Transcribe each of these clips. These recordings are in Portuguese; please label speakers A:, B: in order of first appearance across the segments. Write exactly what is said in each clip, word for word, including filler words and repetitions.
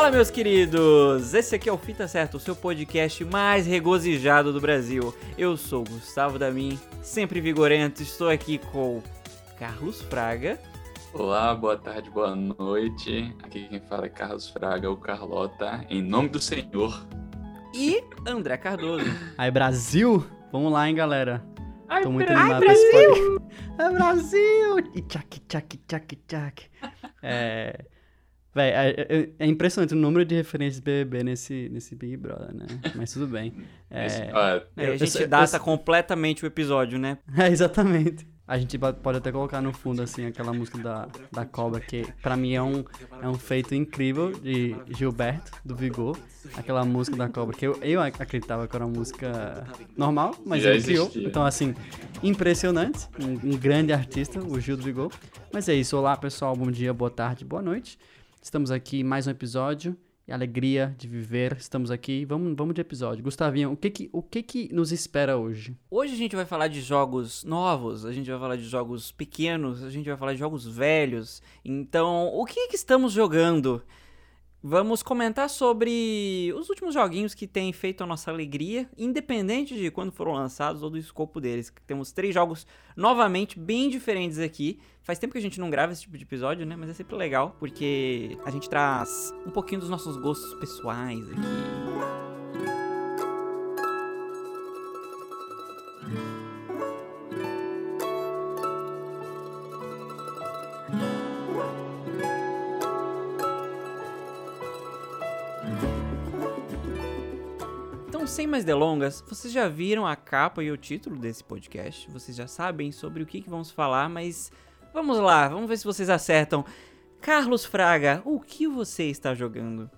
A: Fala, meus queridos! Esse aqui é o Fita Certa, o seu podcast mais regozijado do Brasil. Eu sou o Gustavo Damin, sempre vigorento, estou aqui com Carlos Fraga.
B: Olá, boa tarde, boa noite. Aqui quem fala é Carlos Fraga, ou Carlota, em nome do Senhor.
A: E André Cardoso.
C: Aí, Brasil! Vamos lá, hein, galera?
B: Ai,
C: Tô muito
B: Brasil!
C: animado pra esse podcast. É Brasil! E tchac, tchac, tchac, tchac. É... Véi, é, é, é impressionante o número de referências B B B nesse, nesse Big Brother, né? Mas tudo bem. É,
B: Esse, ó,
A: É, a
C: eu-
A: gente
C: eu-
A: data
C: eu-
A: completamente o episódio, né?
C: é, exatamente. A gente pode pode até colocar no fundo, assim, aquela música da, da cobra, que pra mim é um, é um feito incrível de Gilberto, do Vigor. Aquela música da cobra, que eu, eu acreditava que era uma música normal, mas
B: Já
C: ele criou.
B: existia.
C: Então, assim, impressionante. Um, um grande artista, o Gil do Vigor. Mas é isso. Olá, pessoal. Bom dia, boa tarde, boa noite. Estamos aqui em mais um episódio. E alegria de viver. Estamos aqui. Vamos, vamos de episódio. Gustavinho, o que que, o que que nos espera hoje?
A: Hoje a gente vai falar de jogos novos, a gente vai falar de jogos pequenos, a gente vai falar de jogos velhos. Então, o que que estamos jogando? Vamos comentar sobre os últimos joguinhos que têm feito a nossa alegria, independente de quando foram lançados ou do escopo deles. Temos três jogos novamente bem diferentes aqui. Faz tempo que a gente não grava esse tipo de episódio, né? Mas é sempre legal, porque a gente traz um pouquinho dos nossos gostos pessoais aqui. Então, sem mais delongas, vocês já viram a capa e o título desse podcast, vocês já sabem sobre o que, que vamos falar, mas vamos lá, vamos ver se vocês acertam. Carlos Fraga, o que você está jogando?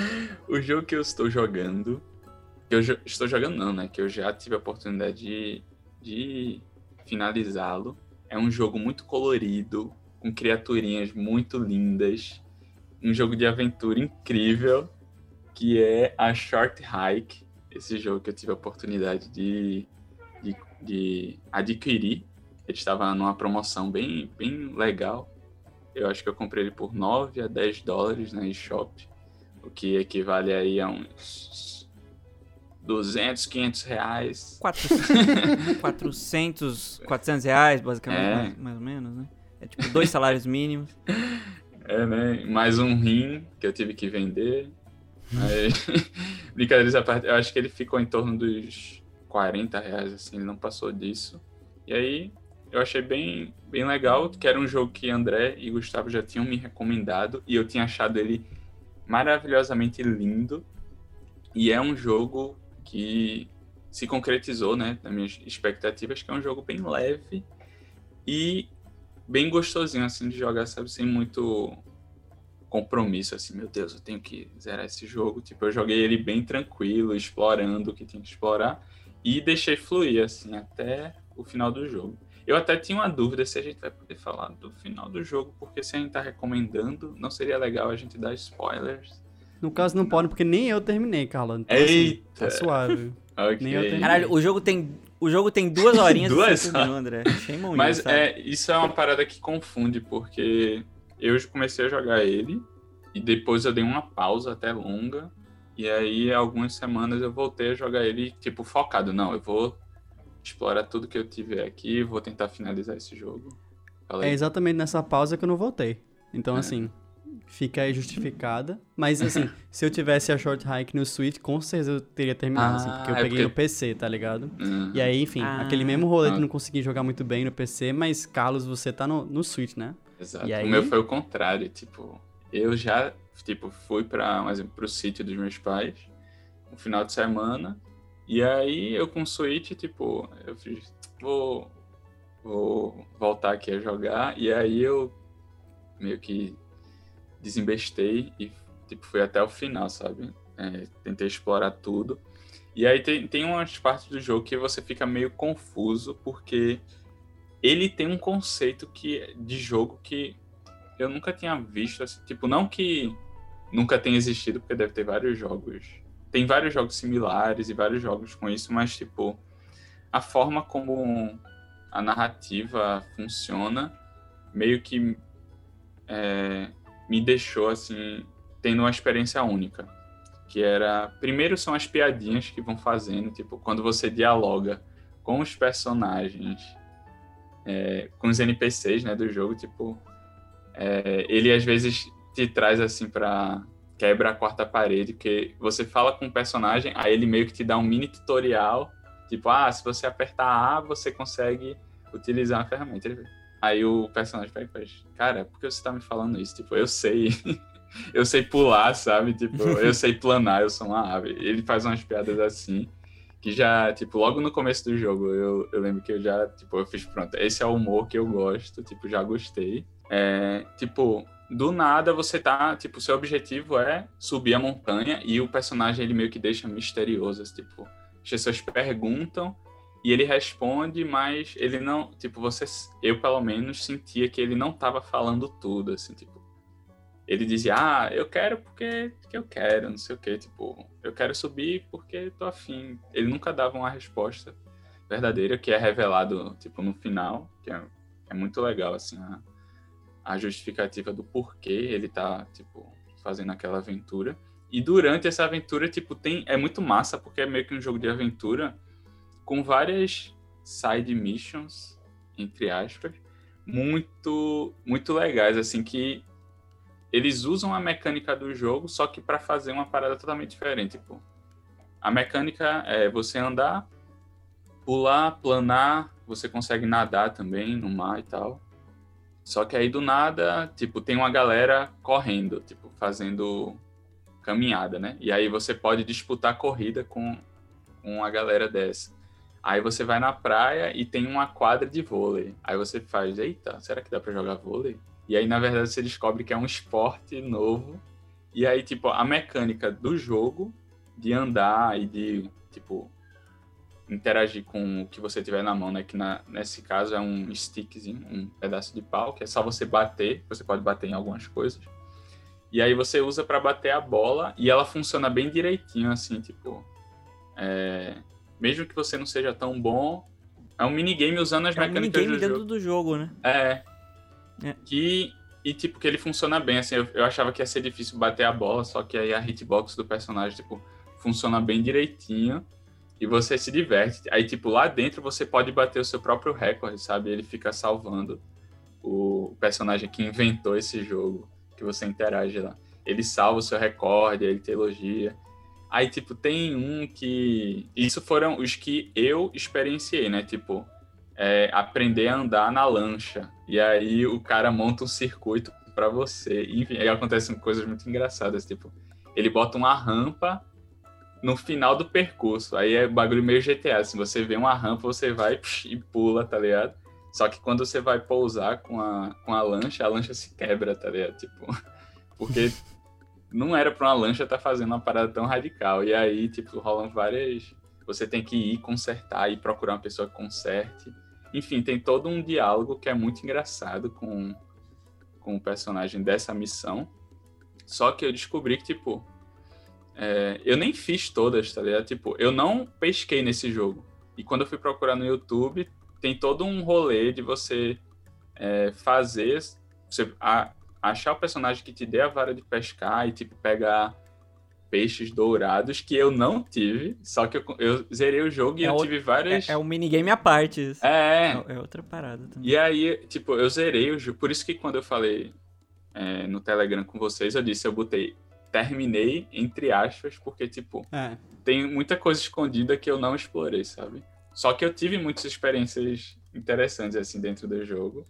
B: o jogo que eu estou jogando, que eu jo- estou jogando não, né? Que eu já tive a oportunidade de, de finalizá-lo. É um jogo muito colorido, com criaturinhas muito lindas. Um jogo de aventura incrível, que é a Short Hike. Esse jogo que eu tive a oportunidade de, de, de adquirir. Ele estava numa promoção bem, bem legal. Eu acho que eu comprei ele por nove a dez dólares na eShop, o que equivale aí a uns duzentos, quinhentos reais.
A: Quatro- quatrocentos, quatrocentos reais, basicamente,
B: É.
A: mais, mais ou menos, né? É tipo dois salários mínimos.
B: É, né? Mais um rim que eu tive que vender. Aí, brincadeiras à parte, eu acho que ele ficou em torno dos quarenta reais, assim, ele não passou disso. E aí, eu achei bem, bem legal, que era um jogo que André e Gustavo já tinham me recomendado, e eu tinha achado ele maravilhosamente lindo. E é um jogo que se concretizou, né, nas minhas expectativas, que é um jogo bem leve e bem gostosinho, assim, de jogar, sabe, sem muito compromisso, assim, meu Deus, eu tenho que zerar esse jogo. Tipo, eu joguei ele bem tranquilo, explorando o que tinha que explorar, e deixei fluir, assim, até o final do jogo. Eu até tinha uma dúvida se a gente vai poder falar do final do jogo, porque se a gente tá recomendando, não seria legal a gente dar spoilers?
C: No caso, não pode, porque nem eu terminei, Carla. Então, assim,
B: Eita!
C: tá suave.
B: Ok.
C: Nem eu tenho-
A: Caralho, o jogo tem, o jogo tem duas horinhas
B: Duas?
A: e você terminou, André. Shame on you,
B: Mas
A: sabe?
B: é, isso é uma parada que confunde, porque eu comecei a jogar ele e depois eu dei uma pausa até longa, e aí algumas semanas eu voltei a jogar ele, tipo, focado. Não, eu vou explorar tudo que eu tiver aqui, vou tentar finalizar esse jogo. Fala aí.
C: É exatamente nessa pausa que eu não voltei. Então,
B: É.
C: assim, fica aí justificada. Mas, assim, se eu tivesse a Short Hike no Switch, com certeza eu teria terminado, assim,
B: Ah,
C: porque eu
B: é
C: peguei
B: porque-
C: no P C, tá ligado?
B: Uhum.
C: E aí, enfim,
A: Ah.
C: aquele mesmo rolê
B: Ah.
C: de não conseguir jogar muito bem no P C, mas, Carlos, você tá no, no Switch, né?
B: Exato.
C: E aí?
B: O meu foi o contrário, tipo, eu já, tipo, fui para, mais pro sítio dos meus pais no final de semana, e aí eu com o Switch, tipo, eu fiz, vou, vou voltar aqui a jogar, e aí eu meio que desembestei e, tipo, fui até o final, sabe? É, tentei explorar tudo. E aí tem, tem umas partes do jogo que você fica meio confuso, porque ele tem um conceito que, de jogo que eu nunca tinha visto, assim, tipo, não que nunca tenha existido, porque deve ter vários jogos, tem vários jogos similares e vários jogos com isso, mas, tipo, a forma como a narrativa funciona meio que é, me deixou, assim, tendo uma experiência única. Que era... Primeiro são as piadinhas que vão fazendo, tipo, quando você dialoga com os personagens, é, com os N P Cs, né, do jogo, tipo... É, ele às vezes te traz assim pra... Quebra a quarta parede, porque você fala com o personagem, aí ele meio que te dá um mini tutorial, tipo, ah, se você apertar A, você consegue utilizar a ferramenta. Ele... Aí o personagem pega e faz, cara, por que você tá me falando isso? Tipo, eu sei... Eu sei pular, sabe? Tipo, eu sei planar, eu sou uma ave. Ele faz umas piadas assim, que já, tipo, logo no começo do jogo, eu, eu lembro que eu já, tipo, eu fiz, pronto, esse é o humor que eu gosto, tipo, já gostei. É, tipo, do nada você tá, tipo, seu objetivo é subir a montanha e o personagem, ele meio que deixa misterioso, assim, tipo, as pessoas perguntam e ele responde, mas ele não, tipo, você, eu pelo menos sentia que ele não tava falando tudo, assim, tipo, ele dizia, ah, eu quero porque, porque eu quero, não sei o quê, tipo, eu quero subir porque tô afim. Ele nunca dava uma resposta verdadeira, que é revelado, tipo, no final, que é, é muito legal, assim, a, a justificativa do porquê ele tá, tipo, fazendo aquela aventura. E durante essa aventura, tipo, tem, é muito massa, porque é meio que um jogo de aventura com várias side missions, entre aspas, muito, muito legais, assim, que eles usam a mecânica do jogo, só que para fazer uma parada totalmente diferente. Tipo, a mecânica é você andar, pular, planar, você consegue nadar também no mar e tal. Só que aí do nada, tipo, tem uma galera correndo, tipo, fazendo caminhada, né? E aí você pode disputar corrida com, com uma galera dessa. Aí você vai na praia e tem uma quadra de vôlei. Aí você faz, eita, será que dá para jogar vôlei? E aí, na verdade, você descobre que é um esporte novo. E aí, tipo, a mecânica do jogo, de andar e de, tipo, interagir com o que você tiver na mão, né? Que na, nesse caso é um stickzinho, um pedaço de pau, que é só você bater. Você pode bater em algumas coisas. E aí você usa para bater a bola e ela funciona bem direitinho, assim, tipo... É, mesmo que você não seja tão bom, é um minigame usando as
A: é um
B: mecânicas
A: minigame
B: do
A: dentro
B: jogo.
A: do jogo, né?
B: É...
A: É.
B: Que, e, tipo, que ele funciona bem, assim, eu, eu achava que ia ser difícil bater a bola, só que aí a hitbox do personagem, tipo, funciona bem direitinho e você se diverte. Aí, tipo, lá dentro você pode bater o seu próprio recorde, sabe? Ele fica salvando o personagem que inventou esse jogo, que você interage lá. Ele salva o seu recorde, ele te elogia. Aí, tipo, tem um que... Isso foram os que eu experienciei, né? Tipo... É, aprender a andar na lancha. E aí o cara monta um circuito pra você. Enfim, aí acontecem coisas muito engraçadas. Tipo, ele bota uma rampa no final do percurso. Aí é bagulho meio G T A. Se você vê uma rampa, você vai psh, e pula, tá ligado? Só que quando você vai pousar com a, com a lancha, a lancha se quebra, tá ligado? Tipo, porque não era pra uma lancha estar tá fazendo uma parada tão radical. E aí, tipo, rolam várias... Você tem que ir consertar e procurar uma pessoa que conserte. Enfim, tem todo um diálogo que é muito engraçado com, com o personagem dessa missão. Só que eu descobri que, tipo... É, eu nem fiz todas, tá ligado? Tipo, eu não pesquei nesse jogo. E quando eu fui procurar no YouTube, tem todo um rolê de você é, fazer... Você a, achar o personagem que te dê a vara de pescar e, tipo, pegar peixes dourados, que eu não tive. Só que eu, eu zerei o jogo e
A: É
B: eu
A: o-
B: tive várias...
A: É, é um minigame à parte. Isso.
B: É,
A: É, é outra parada também.
B: e aí, tipo, eu zerei o jogo. Por isso que quando eu falei é, no Telegram com vocês, eu disse, eu botei, terminei, entre aspas, porque, tipo,
C: É.
B: tem muita coisa escondida que eu não explorei, sabe? Só que eu tive muitas experiências interessantes, assim, dentro do jogo.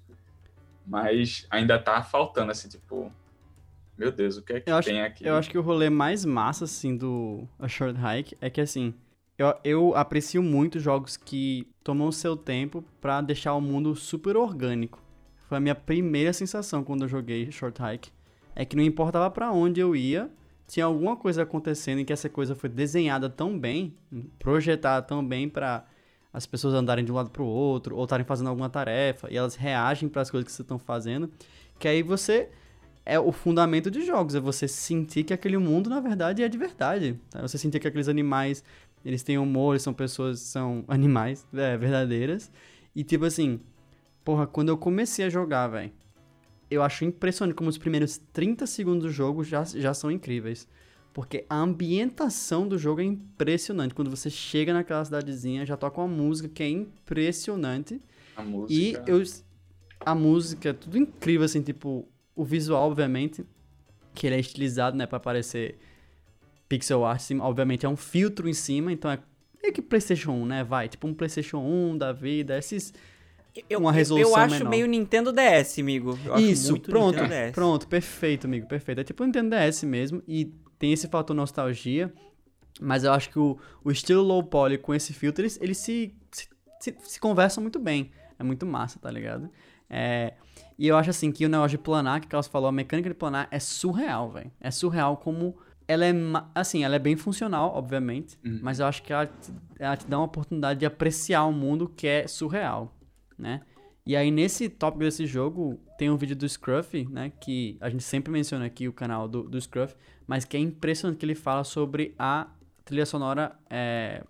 B: Mas ainda tá faltando, assim, tipo... Meu Deus, o que é que
C: Eu acho,
B: tem aqui?
C: eu acho que o rolê mais massa, assim, do A Short Hike é que, assim, eu, eu aprecio muito jogos que tomam o seu tempo pra deixar o mundo super orgânico. Foi a minha primeira sensação quando eu joguei Short Hike. É que não importava pra onde eu ia, tinha alguma coisa acontecendo em que essa coisa foi desenhada tão bem, projetada tão bem pra as pessoas andarem de um lado pro outro, ou estarem fazendo alguma tarefa, e elas reagem pras coisas que vocês estão fazendo, que aí você... É o fundamento de jogos, é você sentir que aquele mundo, na verdade, é de verdade. Tá? Você sentir que aqueles animais, eles têm humor, eles são pessoas, são animais é, verdadeiras. E tipo assim, porra, quando eu comecei a jogar, velho, eu acho impressionante como os primeiros trinta segundos do jogo já, já são incríveis. Porque a ambientação do jogo é impressionante. Quando você chega naquela cidadezinha, já toca uma música que é impressionante.
B: A música...
C: E eu, a música, tudo incrível, assim, tipo... O visual, obviamente, que ele é estilizado, né, pra parecer pixel art. Assim, obviamente é um filtro em cima, então é meio que PlayStation um, né, vai. Tipo um PlayStation um da vida, esses...
A: Eu,
C: uma resolução
A: eu acho
C: menor.
A: meio Nintendo D S, amigo. Eu acho
C: Isso,
A: muito
C: pronto,
A: Nintendo D S.
C: pronto, perfeito, amigo, perfeito. É tipo um Nintendo D S mesmo, e tem esse fator nostalgia, mas eu acho que o, o estilo low poly com esse filtro, eles, eles se, se, se, se conversam muito bem. É muito massa, tá ligado? É, e eu acho assim que o negócio de planar, que o Carlos falou, a mecânica de planar é surreal, velho. É surreal como... Ela é, assim, ela é bem funcional, obviamente,
B: Uhum.
C: mas eu acho que ela te, ela te dá uma oportunidade de apreciar um mundo que é surreal, né? E aí, nesse tópico desse jogo, tem um vídeo do Scruffy, né? Que a gente sempre menciona aqui, o canal do, do Scruffy, mas que é impressionante que ele fala sobre a trilha sonora, é...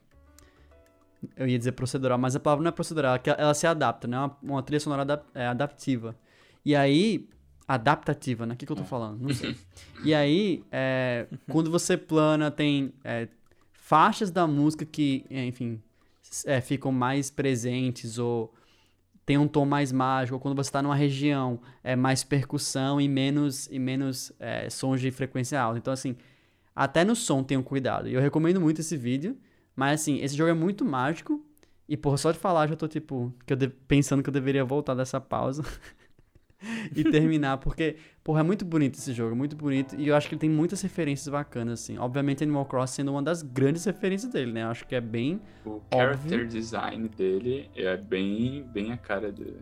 C: eu ia dizer procedural, mas a palavra não é procedural, ela, ela se adapta, né? Uma, uma trilha sonora adap, é, adaptiva. E aí... Adaptativa, né? O que, que eu tô falando? Não sei. E aí, é, quando você plana, tem é, faixas da música que, enfim, é, ficam mais presentes ou tem um tom mais mágico. Ou quando você tá numa região, é mais percussão e menos, e menos é, sons de frequência alta. Então, assim, até no som tenham cuidado. E eu recomendo muito esse vídeo. Mas, assim, esse jogo é muito mágico. E, por só de falar, já tô, tipo, que eu de- pensando que eu deveria voltar dessa pausa. E terminar, porque, porra, é muito bonito esse jogo, é muito bonito, e eu acho que ele tem muitas referências bacanas, assim. Obviamente, Animal Crossing sendo uma das grandes referências dele, né? Eu acho que é bem
B: O character
C: óbvio.
B: design dele é bem, bem a cara de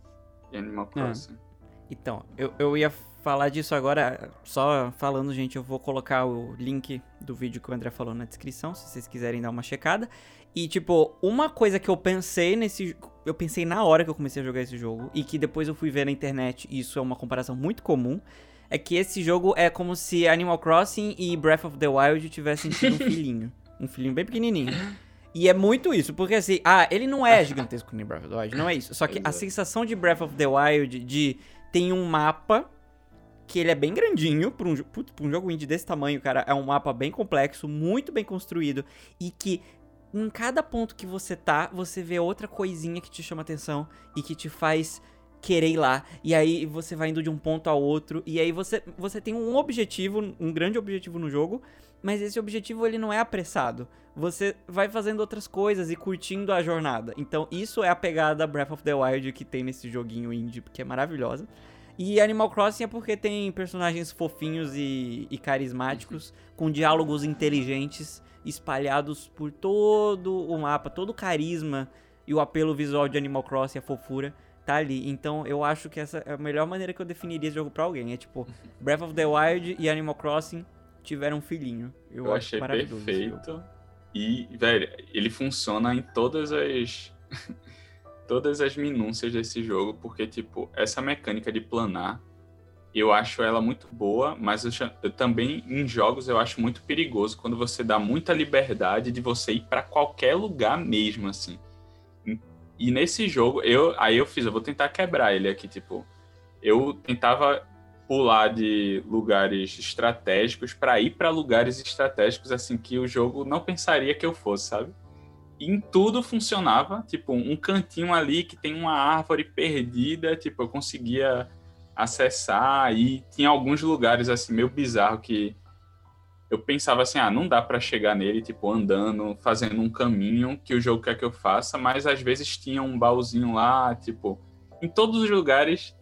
B: Animal Crossing.
A: Então, eu, eu ia falar disso agora, só falando, gente, eu vou colocar o link do vídeo que o André falou na descrição, se vocês quiserem dar uma checada. E, tipo, uma coisa que eu pensei nesse... Eu pensei na hora que eu comecei a jogar esse jogo, e que depois eu fui ver na internet, e isso é uma comparação muito comum, é que esse jogo é como se Animal Crossing e Breath of the Wild tivessem tido um filhinho. Um filhinho bem pequenininho. E é muito isso, porque assim, ah, ele não é gigantesco como Breath of the Wild, não é isso. Só que a
B: Exato.
A: sensação de Breath of the Wild, de tem um mapa que ele é bem grandinho, pra um, jo- putz, pra um jogo indie desse tamanho, cara, é um mapa bem complexo, muito bem construído, e que em cada ponto que você tá, você vê outra coisinha que te chama atenção e que te faz querer ir lá. E aí você vai indo de um ponto ao outro, e aí você, você tem um objetivo, um grande objetivo no jogo, mas esse objetivo ele não é apressado. Você vai fazendo outras coisas e curtindo a jornada. Então isso é a pegada Breath of the Wild que tem nesse joguinho indie, que é maravilhosa. E Animal Crossing é porque tem personagens fofinhos e, e carismáticos, com diálogos inteligentes, espalhados por todo o mapa, todo o carisma e o apelo visual de Animal Crossing, a fofura, tá ali. Então eu acho que essa é a melhor maneira que eu definiria esse jogo pra alguém. É tipo, Breath of the Wild e Animal Crossing tiveram um filhinho. Eu,
B: Eu
A: acho
B: achei
A: maravilhoso esse jogo.
B: perfeito. E, velho, ele funciona em todas as todas as minúcias desse jogo, porque, tipo, essa mecânica de planar, eu acho ela muito boa, mas eu, cha- eu também, em jogos, eu acho muito perigoso quando você dá muita liberdade de você ir pra qualquer lugar mesmo, assim. E, e nesse jogo, eu, aí eu fiz, eu vou tentar quebrar ele aqui, tipo, eu tentava pular de lugares estratégicos pra ir pra lugares estratégicos, assim, que o jogo não pensaria que eu fosse, sabe? E em tudo funcionava, tipo, um cantinho ali que tem uma árvore perdida, tipo, eu conseguia acessar, e tinha alguns lugares, assim, meio bizarro que eu pensava assim, ah, não dá pra chegar nele, tipo, andando, fazendo um caminho que o jogo quer que eu faça, mas às vezes tinha um baúzinho lá, tipo, em todos os lugares,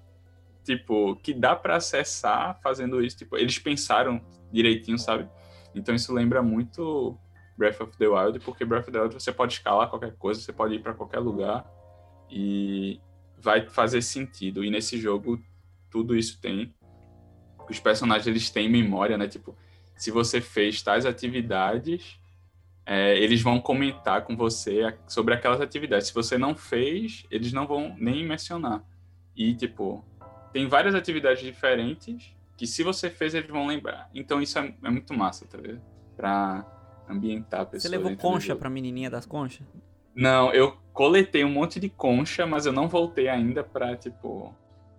B: tipo, que dá pra acessar fazendo isso, tipo, eles pensaram direitinho, sabe? Então isso lembra muito Breath of the Wild, porque Breath of the Wild você pode escalar qualquer coisa, você pode ir pra qualquer lugar e vai fazer sentido. E nesse jogo tudo isso tem. Os personagens eles têm memória, né? Tipo, se você fez tais atividades, é, eles vão comentar com você a- sobre aquelas atividades. Se você não fez, eles não vão nem mencionar. E, tipo, tem várias atividades diferentes que se você fez, eles vão lembrar. Então isso é, é muito massa, tá vendo? Pra ambientar a pessoa.
A: Você levou
B: dentro do
A: concha
B: jogo.
A: pra menininha das conchas?
B: Não, eu coletei um monte de concha, mas eu não voltei ainda pra, tipo,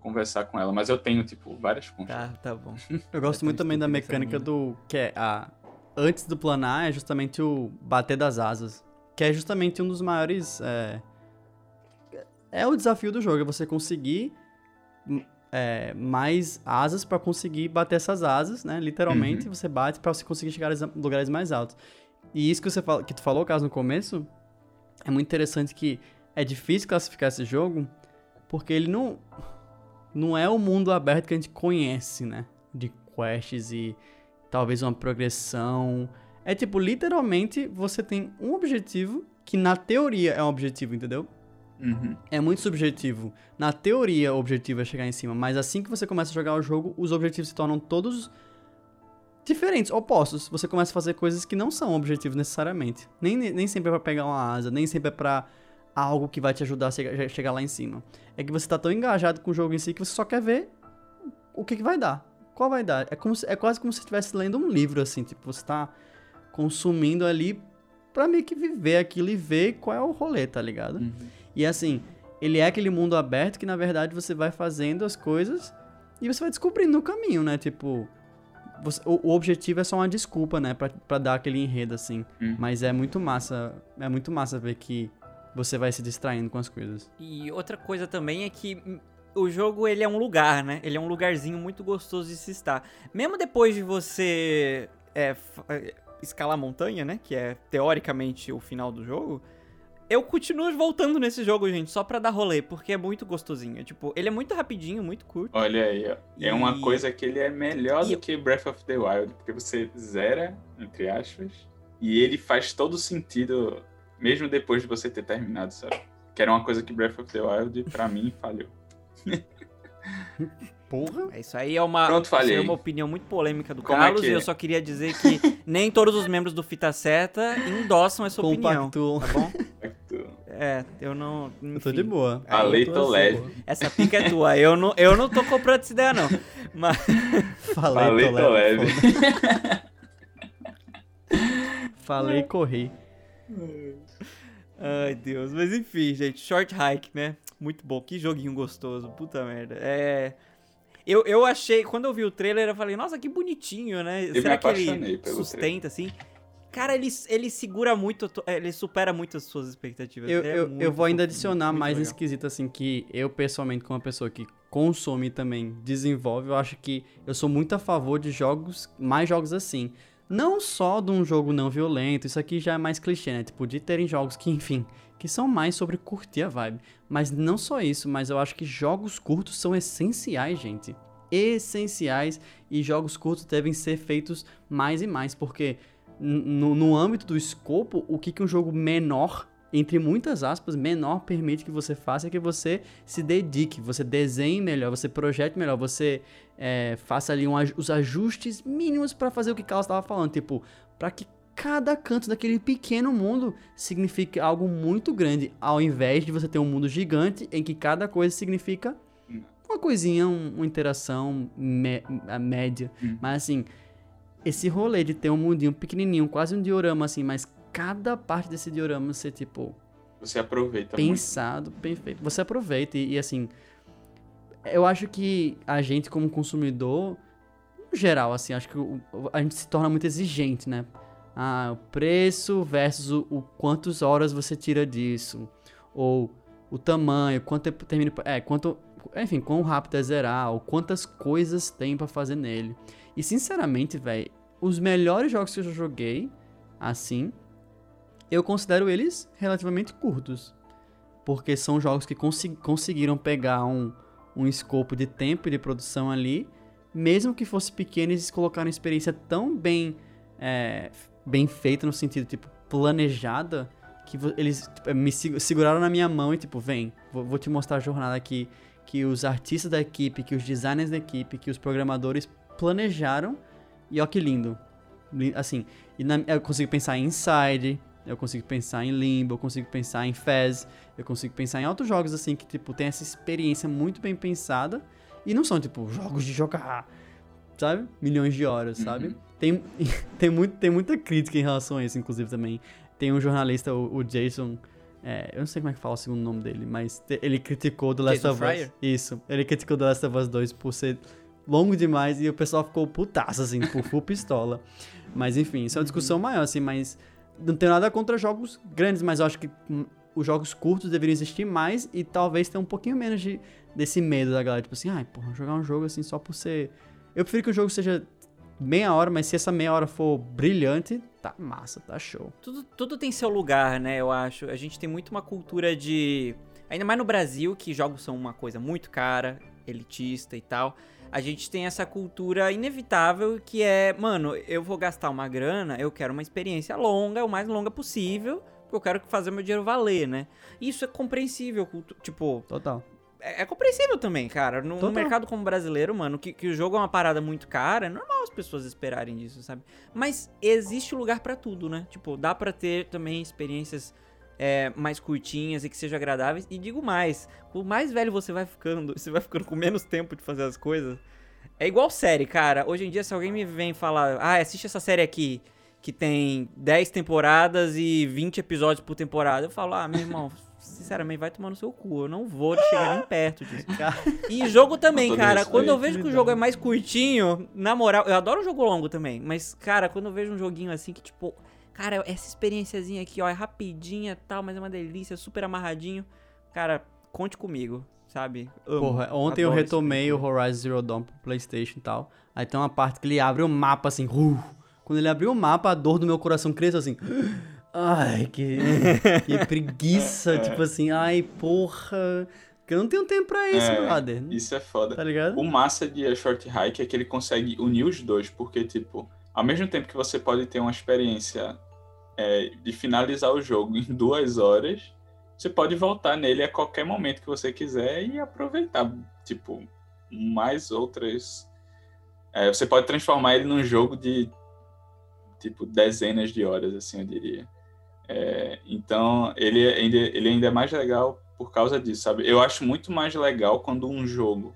B: conversar com ela. Mas eu tenho, tipo, várias conchas.
A: Tá, tá bom.
C: Eu gosto
A: É
C: muito
A: tão
C: também da
A: estúpida essa
C: mecânica
A: menina.
C: do... que é a... Antes do planar é justamente o bater das asas. Que é justamente um dos maiores... É, é o desafio do jogo, é você conseguir é, mais asas pra conseguir bater essas asas, né? Literalmente,
B: Uhum.
C: você bate pra você conseguir chegar a lugares mais altos. E isso que, você fala, que tu falou, Carlos, no começo, é muito interessante que é difícil classificar esse jogo porque ele não... Não é o mundo aberto que a gente conhece, né? De quests e talvez uma progressão. É tipo, literalmente, você tem um objetivo que na teoria é um objetivo, entendeu?
B: Uhum.
C: É muito subjetivo. Na teoria, o objetivo é chegar em cima, mas assim que você começa a jogar o jogo, os objetivos se tornam todos diferentes, opostos. Você começa a fazer coisas que não são objetivos necessariamente. Nem, nem sempre é pra pegar uma asa, nem sempre é pra algo que vai te ajudar a chegar, chegar lá em cima. É que você tá tão engajado com o jogo em si que você só quer ver o que, que vai dar. Qual vai dar? É, como se, é quase como se você estivesse lendo um livro, assim. Tipo, você tá consumindo ali pra meio que viver aquilo e ver qual é o rolê, tá ligado?
B: Uhum.
C: E assim, ele é aquele mundo aberto que na verdade você vai fazendo as coisas e você vai descobrindo no caminho, né? Tipo, você, o, o objetivo é só uma desculpa, né? Pra, pra dar aquele enredo, assim.
B: Uhum.
C: Mas é muito massa, é muito massa ver que você vai se distraindo com as coisas.
A: E outra coisa também é que hum, o jogo, ele é um lugar, né? Ele é um lugarzinho muito gostoso de se estar. Mesmo depois de você é, f- é, escalar a montanha, né? Que é, teoricamente, o final do jogo. Eu continuo voltando nesse jogo, gente, só pra dar rolê, porque é muito gostosinho. É, tipo, ele é muito rapidinho, muito curto.
B: Olha aí, ó. É
A: E-
B: uma coisa que ele é melhor
A: e-
B: do que Breath of the Wild, porque você zera, entre aspas, e ele faz todo sentido, mesmo depois de você ter terminado, sabe? Que era uma coisa que Breath of the Wild, pra mim, falhou.
C: Porra!
A: É, Isso aí é uma,
B: Pronto,
A: isso aí
B: falhei.
A: é uma opinião muito polêmica do
B: Como é
A: Carlos,
B: que
A: e
B: é?
A: eu só queria dizer que nem todos os membros do Fita Seta endossam essa opinião,
C: Compactuam.
A: tá bom? É, eu não...
C: Eu tô
A: enfim.
C: de boa.
B: A lei
C: Eu
B: tô
C: assim,
B: leve.
C: boa.
A: Essa pica é tua, eu não, eu não tô comprando essa ideia, não. Mas,
C: Falei,
B: Falei,
C: tô
B: tô
C: leve.
B: leve.
C: foda. Falei e corri.
A: ai, Deus. Mas enfim, gente, Short Hike, né? Muito bom, que joguinho gostoso, puta merda. É... Eu, eu achei, quando eu vi o trailer, eu falei, nossa, que bonitinho, né?
B: me
A: Será que
B: apaixonei
A: ele
B: pelo
A: sustenta, assim? Cara, ele, ele segura muito, ele supera muito as suas expectativas.
C: Eu,
A: Ele é
C: eu,
A: muito
C: eu vou ainda
A: fofinho,
C: adicionar
A: muito
C: mais um
A: legal.
C: esquisito, assim, que eu, pessoalmente, como uma pessoa que consome e também desenvolve, eu acho que eu sou muito a favor de jogos, mais jogos assim. Não só de um jogo não violento, isso aqui já é mais clichê, né? Tipo, de terem jogos que, enfim, que são mais sobre curtir a vibe. Mas não só isso, mas eu acho que jogos curtos são essenciais, gente. Essenciais, e jogos curtos devem ser feitos mais e mais, porque no, no âmbito do escopo, o que, que um jogo menor, entre muitas aspas, menor permite que você faça é que você se dedique, você desenhe melhor, você projete melhor, você é, faça ali um, aj- os ajustes mínimos para fazer o que Carlos estava falando, tipo, para que cada canto daquele pequeno mundo signifique algo muito grande, ao invés de você ter um mundo gigante em que cada coisa significa uma coisinha, um- uma interação mé- a média,
B: Hum.
C: mas assim, esse rolê de ter um mundinho pequenininho, quase um diorama assim, mas cada parte desse diorama ser, tipo,
B: Você aproveita muito.
C: pensado, bem feito. Você aproveita e, e, assim, eu acho que a gente como consumidor, no geral, assim, acho que o- o- a gente se torna muito exigente, né? Ah, o preço versus o, o quantas horas você tira disso. Ou o tamanho, quanto tempo termina... É, quanto... Enfim, quão rápido é zerar, ou quantas coisas tem pra fazer nele. E, sinceramente, velho, os melhores jogos que eu já joguei, assim, eu considero eles relativamente curtos. Porque são jogos que consi- conseguiram pegar um, um escopo de tempo e de produção ali, mesmo que fosse pequeno, eles colocaram uma experiência tão bem, é, bem feita, no sentido, tipo, planejada, que vo- eles tipo, me seg- seguraram na minha mão e, tipo, vem, vou, vou te mostrar a jornada aqui, que os artistas da equipe, que os designers da equipe, que os programadores planejaram, e ó que lindo. Li- Assim, e na- eu consigo pensar em Inside, eu consigo pensar em Limbo, eu consigo pensar em Fez, eu consigo pensar em outros jogos assim que, tipo, tem essa experiência muito bem pensada e não são, tipo, jogos de jogar, sabe? Milhões de horas, sabe?
B: Uhum.
C: Tem, tem, muito, tem muita crítica em relação a isso, inclusive, também. Tem um jornalista, o, o Jason, É, eu não sei como é que fala o segundo nome dele, mas te- ele criticou The Last
A: Jason
C: of Us.
A: Schreier?
C: Isso. Ele criticou The Last of Us dois por ser longo demais e o pessoal ficou putaço, assim, por full pistola. Mas enfim, isso é uma discussão maior, assim, mas não tenho nada contra jogos grandes, mas eu acho que hum, os jogos curtos deveriam existir mais e talvez ter um pouquinho menos de, desse medo da galera. Tipo assim, ai, porra, jogar um jogo assim só por ser. Eu prefiro que o jogo seja meia hora, mas se essa meia hora for brilhante, tá massa, tá show.
A: Tudo, tudo tem seu lugar, né, eu acho. A gente tem muito uma cultura de... Ainda mais no Brasil, que jogos são uma coisa muito cara, elitista e tal. A gente tem essa cultura inevitável que é... Mano, eu vou gastar uma grana, eu quero uma experiência longa, o mais longa possível, porque eu quero fazer meu dinheiro valer, né? Isso é compreensível, cultu- tipo...
C: Total.
A: É, é compreensível também, cara. No, no
C: Total.
A: mercado como brasileiro, mano, que, que o jogo é uma parada muito cara, é normal as pessoas esperarem disso, sabe? Mas existe lugar pra tudo, né? Tipo, dá pra ter também experiências é, mais curtinhas e que sejam agradáveis. E digo mais, por mais velho você vai ficando, você vai ficando com menos tempo de fazer as coisas. É igual série, cara. Hoje em dia, se alguém me vem falar, ah, assiste essa série aqui, que tem dez temporadas e vinte episódios por temporada, eu falo, ah, meu irmão... Sinceramente, vai tomar no seu cu. Eu não vou chegar nem perto disso. E jogo também,
B: Com todo
A: cara.
B: respeito.
A: Quando eu vejo que o jogo é mais curtinho, na moral, eu adoro jogo longo também. Mas, cara, quando eu vejo um joguinho assim que, tipo, cara, essa experiênciazinha aqui, ó, é rapidinha e tal, mas é uma delícia, super amarradinho. Cara, conte comigo, sabe? Amo.
C: Porra, ontem eu
A: Adoro esse tipo de
C: retomei o
A: coisa.
C: Horizon Zero Dawn pro PlayStation e tal. Aí tem uma parte que ele abre o mapa assim. Uh, quando ele abriu o mapa, a dor do meu coração cresceu assim. Ai, que, que preguiça. Tipo assim, ai, porra. Que eu não tenho tempo pra isso,
B: É,
C: brother.
B: Isso é foda.
C: Tá ligado?
B: O massa de A Short Hike é que ele consegue unir os dois, porque, tipo, ao mesmo tempo que você pode ter uma experiência é, de finalizar o jogo em duas horas, você pode voltar nele a qualquer momento que você quiser e aproveitar, tipo, mais outras... É, você pode transformar ele num jogo de, tipo, dezenas de horas, assim, eu diria. É, então, ele ainda, ele ainda é mais legal por causa disso, sabe? Eu acho muito mais legal quando um jogo,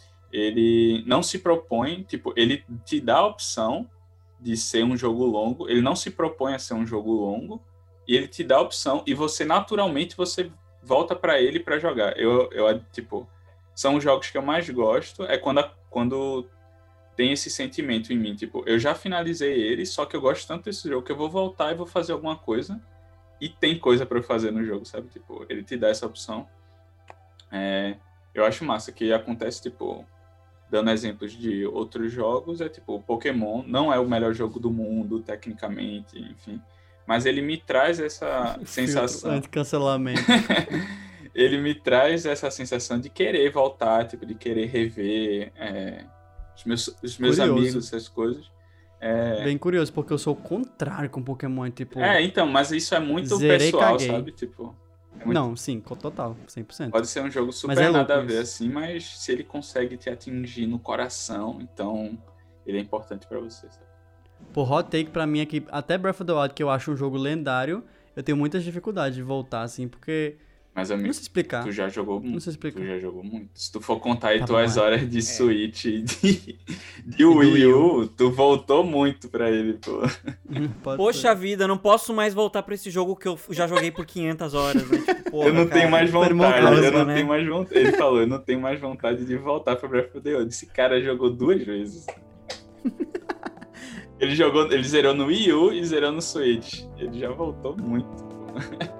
B: ele não se propõe, tipo, ele te dá a opção de ser um jogo longo, ele não se propõe a ser um jogo longo, e ele te dá a opção, e você, naturalmente, você volta pra ele pra jogar. Eu, eu, tipo, são os jogos que eu mais gosto, é quando, a, quando tem esse sentimento em mim, tipo, eu já finalizei ele, só que eu gosto tanto desse jogo que eu vou voltar e vou fazer alguma coisa, e tem coisa pra eu fazer no jogo, sabe? Tipo, ele te dá essa opção. É, eu acho massa que acontece, tipo, dando exemplos de outros jogos, é tipo, Pokémon não é o melhor jogo do mundo, tecnicamente, enfim, mas ele me traz essa sensação.
C: Anti-cancelamento.
B: Ele me traz essa sensação de querer voltar, tipo, de querer rever é, os meus, os meus
C: Curioso.
B: amigos, essas coisas. É,
C: Bem curioso, porque eu sou o contrário com Pokémon, tipo...
B: é, então, mas isso é muito
C: Zerei,
B: pessoal,
C: caguei.
B: sabe? Tipo, é muito-
C: Não, sim, co- total, cem por cento.
B: pode ser um jogo super
C: Mas é
B: nada a
C: louco
B: ver,
C: isso.
B: assim, mas se ele consegue te atingir no coração, então ele é importante pra você, sabe?
C: Por hot take pra mim é que até Breath of the Wild, que eu acho um jogo lendário, eu tenho muitas dificuldades de voltar, assim, porque...
B: Mas,
C: Não
B: amigo,
C: sei explicar.
B: tu já jogou
C: Não
B: muito.
C: sei explicar.
B: Tu já jogou muito. Se tu for contar aí
C: Tá
B: tuas
C: bom, é.
B: horas de Switch e de, de
C: do
B: Wii
C: Wii
B: U, tu voltou muito pra ele, pô.
C: Pode
A: Poxa
C: ser.
A: vida, não posso mais voltar pra esse jogo que eu já joguei por quinhentas horas, né? Tipo, porra,
B: Eu não
A: cara.
B: tenho mais
C: Foi irmão
B: vontade, eu
C: Cláudio,
B: não
A: né?
B: tenho mais vontade. Ele falou, eu não tenho mais vontade de voltar pra Breath of the Wild. Esse cara jogou duas vezes. Ele jogou, ele zerou no Wii U e zerou no Switch. Ele já voltou muito, pô.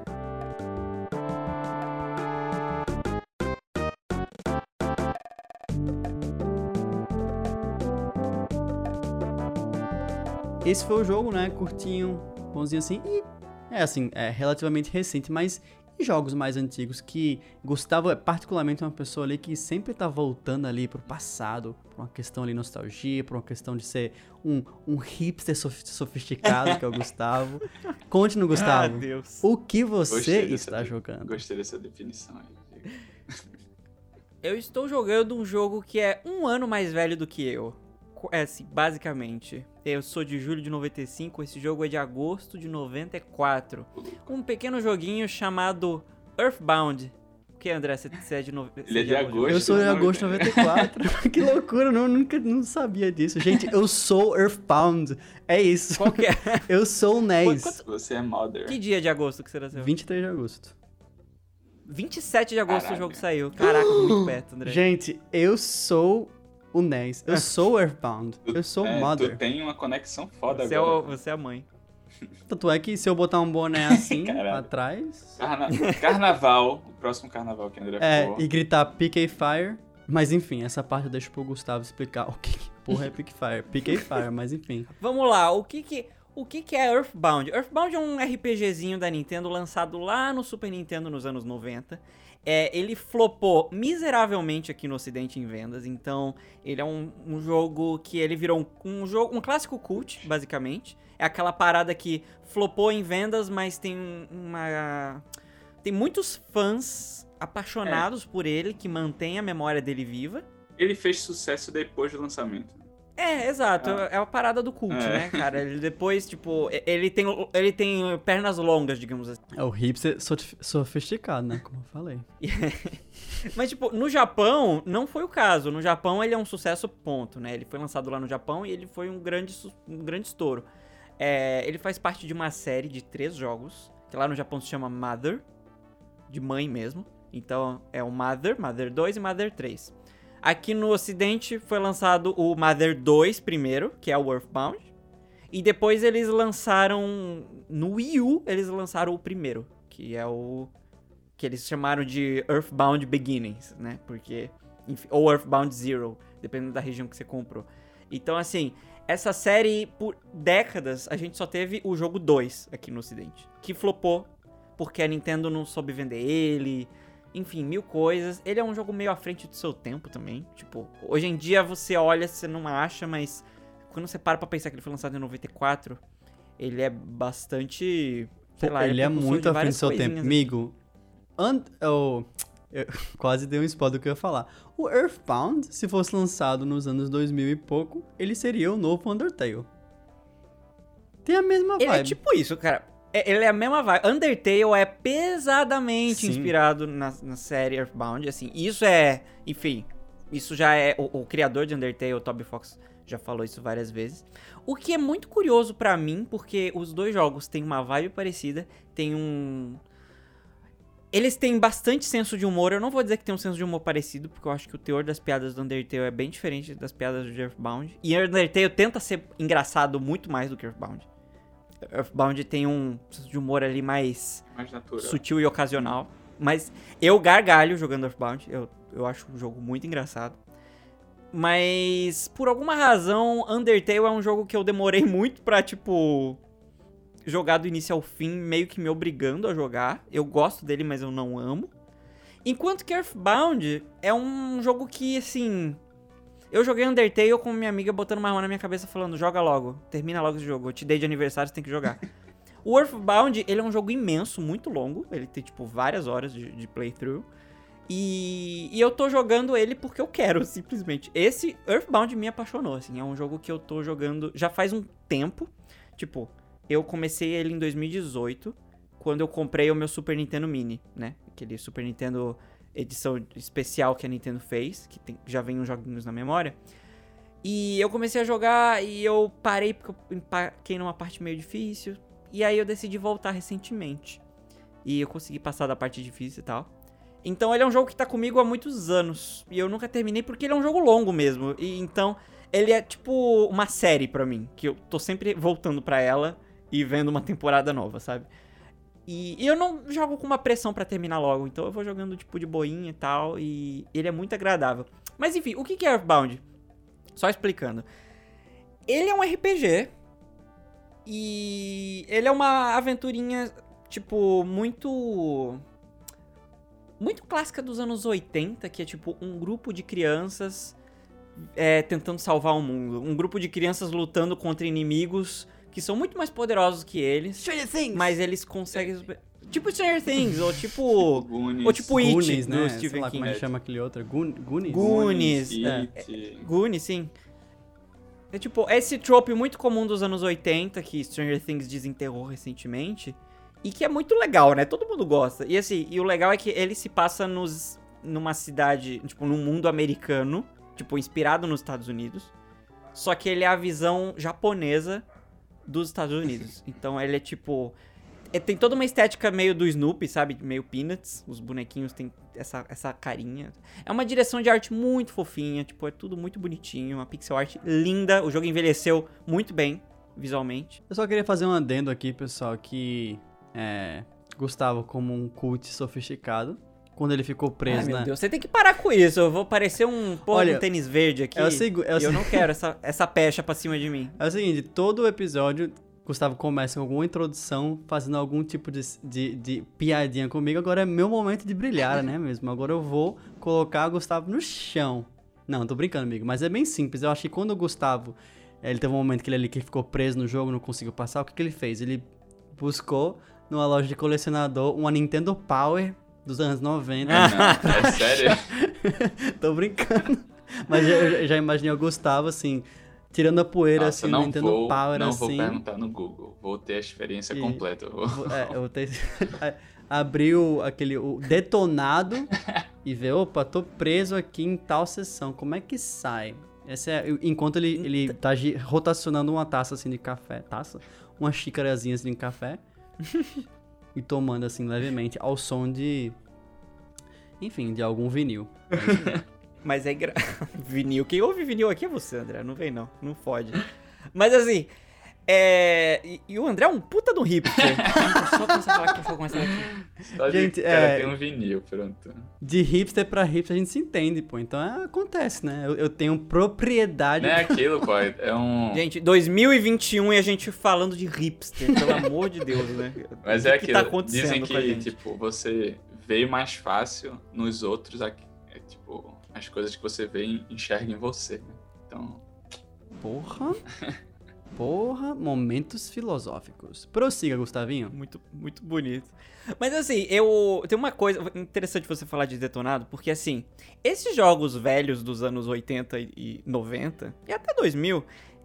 C: Esse foi o jogo, né? Curtinho, bonzinho assim. E é assim, é relativamente recente, mas e jogos mais antigos que Gustavo é particularmente uma pessoa ali que sempre tá voltando ali pro passado, por uma questão ali de nostalgia, por uma questão de ser um, um hipster sof- sofisticado, que é o Gustavo. Conte no
A: Ah,
C: Gustavo,
A: Deus.
C: o que você
B: Gostei dessa
C: está
B: de-
C: jogando?
B: Gostei dessa definição aí.
A: Eu estou jogando um jogo que é um ano mais velho do que eu. Co- É assim, basicamente. Eu sou de julho de noventa e cinco, esse jogo é de agosto de noventa e quatro. Um pequeno joguinho chamado Earthbound. O que, André? Você, você é de novo?
B: Ele é de agosto.
C: Eu sou de agosto de noventa e quatro. Que loucura, eu não, nunca não sabia disso. Gente, eu sou Earthbound. É isso.
A: Qual que é?
C: Eu sou o N E S.
A: Quanto-
B: Você é Mother.
A: Que dia de agosto que você nasceu?
C: vinte e três de agosto.
A: vinte e sete de agosto
B: Caraca.
A: o jogo saiu. Caraca, muito perto, André.
C: Gente, eu sou o N E S. Eu sou o Earthbound. Eu sou
B: é,
C: Mother.
B: Tu tem uma conexão foda
A: Você é,
B: agora.
A: o, você é a mãe.
C: Tanto é que se eu botar um boné assim
B: Caralho.
C: pra trás...
B: Carna... Carnaval, o próximo carnaval que André
C: É,
B: for.
C: e gritar P K Fire. Mas enfim, essa parte eu deixo pro Gustavo explicar o que que porra é P K Fire. P K Fire, mas enfim.
A: Vamos lá, o que que, o que que é Earthbound? Earthbound é um RPGzinho da Nintendo lançado lá no Super Nintendo nos anos noventa. É, ele flopou miseravelmente aqui no ocidente em vendas, então ele é um, um jogo que ele virou um, um jogo, um clássico cult, basicamente. É aquela parada que flopou em vendas, mas tem uma... Tem muitos fãs apaixonados por ele, que mantém a memória dele viva.
B: Ele fez sucesso depois do lançamento.
A: É, exato.
B: Ah.
A: É a parada do cult,
B: É.
A: né, cara? Ele depois, tipo, ele tem, ele tem pernas longas, digamos assim.
C: É o hipster sof- sofisticado, né? Como eu falei.
A: Mas, tipo, no Japão, não foi o caso. No Japão, ele é um sucesso, ponto, né? Ele foi lançado lá no Japão e ele foi um grande, su- um grande estouro. É, ele faz parte de uma série de três jogos, que lá no Japão se chama Mother, de mãe mesmo. Então, é o Mother, Mother dois e Mother três. Aqui no ocidente foi lançado o Mother dois primeiro, que é o Earthbound. E depois eles lançaram, no Wii U, eles lançaram o primeiro, que é o... que eles chamaram de Earthbound Beginnings, né? Porque... enfim, ou Earthbound Zero, dependendo da região que você comprou. Então, assim, essa série, por décadas, a gente só teve o jogo dois aqui no ocidente. Que flopou, porque a Nintendo não soube vender ele... Enfim, mil coisas. Ele é um jogo meio à frente do seu tempo também. Tipo, hoje em dia você olha, você não acha, mas quando você para pra pensar que ele foi lançado em noventa e quatro, ele é bastante... sei
C: Pô,
A: lá,
C: ele é
A: precursor
C: muito
A: de
C: à frente do
A: várias
C: seu tempo.
A: coisinhas.
C: Amigo, and, oh, eu quase dei um spoiler do que eu ia falar. O Earthbound, se fosse lançado nos anos dois mil e pouco, ele seria o novo Undertale. Tem a mesma
A: Ele
C: vibe.
A: é tipo isso, cara. É- Ele é a mesma vibe. Undertale é pesadamente
C: Sim.
A: inspirado na, na série Earthbound, assim. Isso é... Enfim, isso já é... O, o criador de Undertale, o Toby Fox, já falou isso várias vezes. O que é muito curioso pra mim, porque os dois jogos têm uma vibe parecida, tem um... Eles têm bastante senso de humor. Eu não vou dizer que tem um senso de humor parecido, porque eu acho que o teor das piadas do Undertale é bem diferente das piadas do Earthbound. E Undertale tenta ser engraçado muito mais do que Earthbound. Earthbound tem um senso de humor ali mais
B: Mais natural.
A: sutil e ocasional. Mas eu gargalho jogando Earthbound. Eu, eu acho o jogo muito engraçado. Mas, por alguma razão, Undertale é um jogo que eu demorei muito pra, tipo... jogar do início ao fim, meio que me obrigando a jogar. Eu gosto dele, mas eu não amo. Enquanto que Earthbound é um jogo que, assim... Eu joguei Undertale com minha amiga botando uma mão na minha cabeça falando, joga logo, termina logo esse jogo, eu te dei de aniversário, você tem que jogar. O Earthbound, ele é um jogo imenso, muito longo, ele tem, tipo, várias horas de, de playthrough. E, e eu tô jogando ele porque eu quero, simplesmente. Esse Earthbound me apaixonou, assim, é um jogo que eu tô jogando já faz um tempo. Tipo, eu comecei ele em dois mil e dezoito, quando eu comprei o meu Super Nintendo Mini, né? Aquele Super Nintendo edição especial que a Nintendo fez, que tem, já vem uns joguinhos na memória. E eu comecei a jogar e eu parei porque eu empaquei numa parte meio difícil. E aí eu decidi voltar recentemente. E eu consegui passar da parte difícil e tal. Então ele é um jogo que tá comigo há muitos anos. E eu nunca terminei porque ele é um jogo longo mesmo. E então ele é tipo uma série pra mim, que eu tô sempre voltando pra ela e vendo uma temporada nova, sabe? E, e eu não jogo com uma pressão pra terminar logo, então eu vou jogando tipo de boinha e tal, e ele é muito agradável. Mas enfim, o que que é Earthbound? Só explicando. Ele é um R P G, e ele é uma aventurinha, tipo, muito... muito clássica dos anos oitenta, que é tipo um grupo de crianças é, tentando salvar o mundo. Um grupo de crianças lutando contra inimigos que são muito mais poderosos que eles.
C: Stranger Things!
A: Mas eles conseguem... Tipo Stranger Things, ou tipo...
B: Goonies.
A: ou tipo It,
C: Goonies,
A: do
C: né?
A: Stephen
C: Sei lá
A: King.
C: como é que chama aquele outro. Goon- Goonies?
A: Goonies.
B: It.
A: Goonies, sim. É tipo, esse trope muito comum dos anos oitenta, que Stranger Things desenterrou recentemente, E que é muito legal, né? Todo mundo gosta. E assim, e o legal é que ele se passa nos, numa cidade, tipo, num mundo americano, tipo, inspirado nos Estados Unidos. Só que ele é a visão japonesa dos Estados Unidos. Então ele é tipo... É, tem toda uma estética meio do Snoopy, sabe? Meio Peanuts. Os bonequinhos têm essa, essa carinha. É uma direção de arte muito fofinha. Tipo, é tudo muito bonitinho. Uma pixel art linda. O jogo envelheceu muito bem, visualmente.
C: Eu só queria fazer um adendo aqui, pessoal, que... É, Gustavo, como um cult sofisticado, quando ele ficou preso,
A: Ai, meu
C: né?
A: Deus, você tem que parar com isso. Eu vou parecer um, porra,
C: Olha,
A: um tênis verde aqui.
C: é o segu- é o
A: e eu
C: se-
A: não quero essa, essa pecha pra cima de mim.
C: É o seguinte, todo episódio, Gustavo começa com alguma introdução, fazendo algum tipo de, de, de piadinha comigo. Agora é meu momento de brilhar, né, mesmo? Agora eu vou colocar o Gustavo no chão. Não, tô brincando, amigo, mas é bem simples. Eu acho que quando o Gustavo, eh, ele teve um momento que ele ali que ficou preso no jogo, não conseguiu passar, o que que ele fez? Ele buscou numa loja de colecionador uma Nintendo Power dos anos noventa.
B: Não, é sério?
C: Tô brincando. Mas eu já- já imaginei o Gustavo, assim, tirando a poeira,
B: Nossa,
C: assim, no
B: não
C: Nintendo
B: vou,
C: Power,
B: não
C: assim.
B: vou perguntar no Google. Vou ter a experiência
C: E-
B: completa. Eu vou-
C: Vou- É, eu vou ter... Abriu aquele o detonado e ver, opa, tô preso aqui em tal sessão, como é que sai? Essa é, enquanto ele, ele tá gi- rotacionando uma taça assim de café, taça? Uma xícarazinha assim de café e tomando assim levemente ao som de, enfim, de algum vinil.
A: Mas é gra... vinil. Quem ouve vinil aqui é você, André. Não vem, não. Não fode. Mas assim, é... E, e o André é um puta do hipster. Só começar a falar que eu vou começar aqui.
B: Só de
C: Gente,
B: cara,
C: é-
B: tem um vinil, pronto.
C: De hipster pra hipster a gente se entende, pô. Então é, acontece, né? Eu, eu tenho propriedade.
B: Não é aquilo, pô. É um...
A: Gente, dois mil e vinte e um e a gente falando de hipster, pelo amor de Deus, né?
B: Mas
A: O
B: é
A: que que
B: aquilo.
A: tá acontecendo
B: Dizem
A: com a
B: que,
A: gente?
B: tipo, você veio mais fácil nos outros. aqui- É, tipo, as coisas que você vê e enxerga em você, né? Então...
C: Porra. Porra, momentos filosóficos. Prossiga, Gustavinho.
A: Muito, muito bonito. Mas assim, eu. Tem uma coisa interessante você falar de detonado, porque assim, esses jogos velhos dos anos oitenta e noventa, e até dois mil,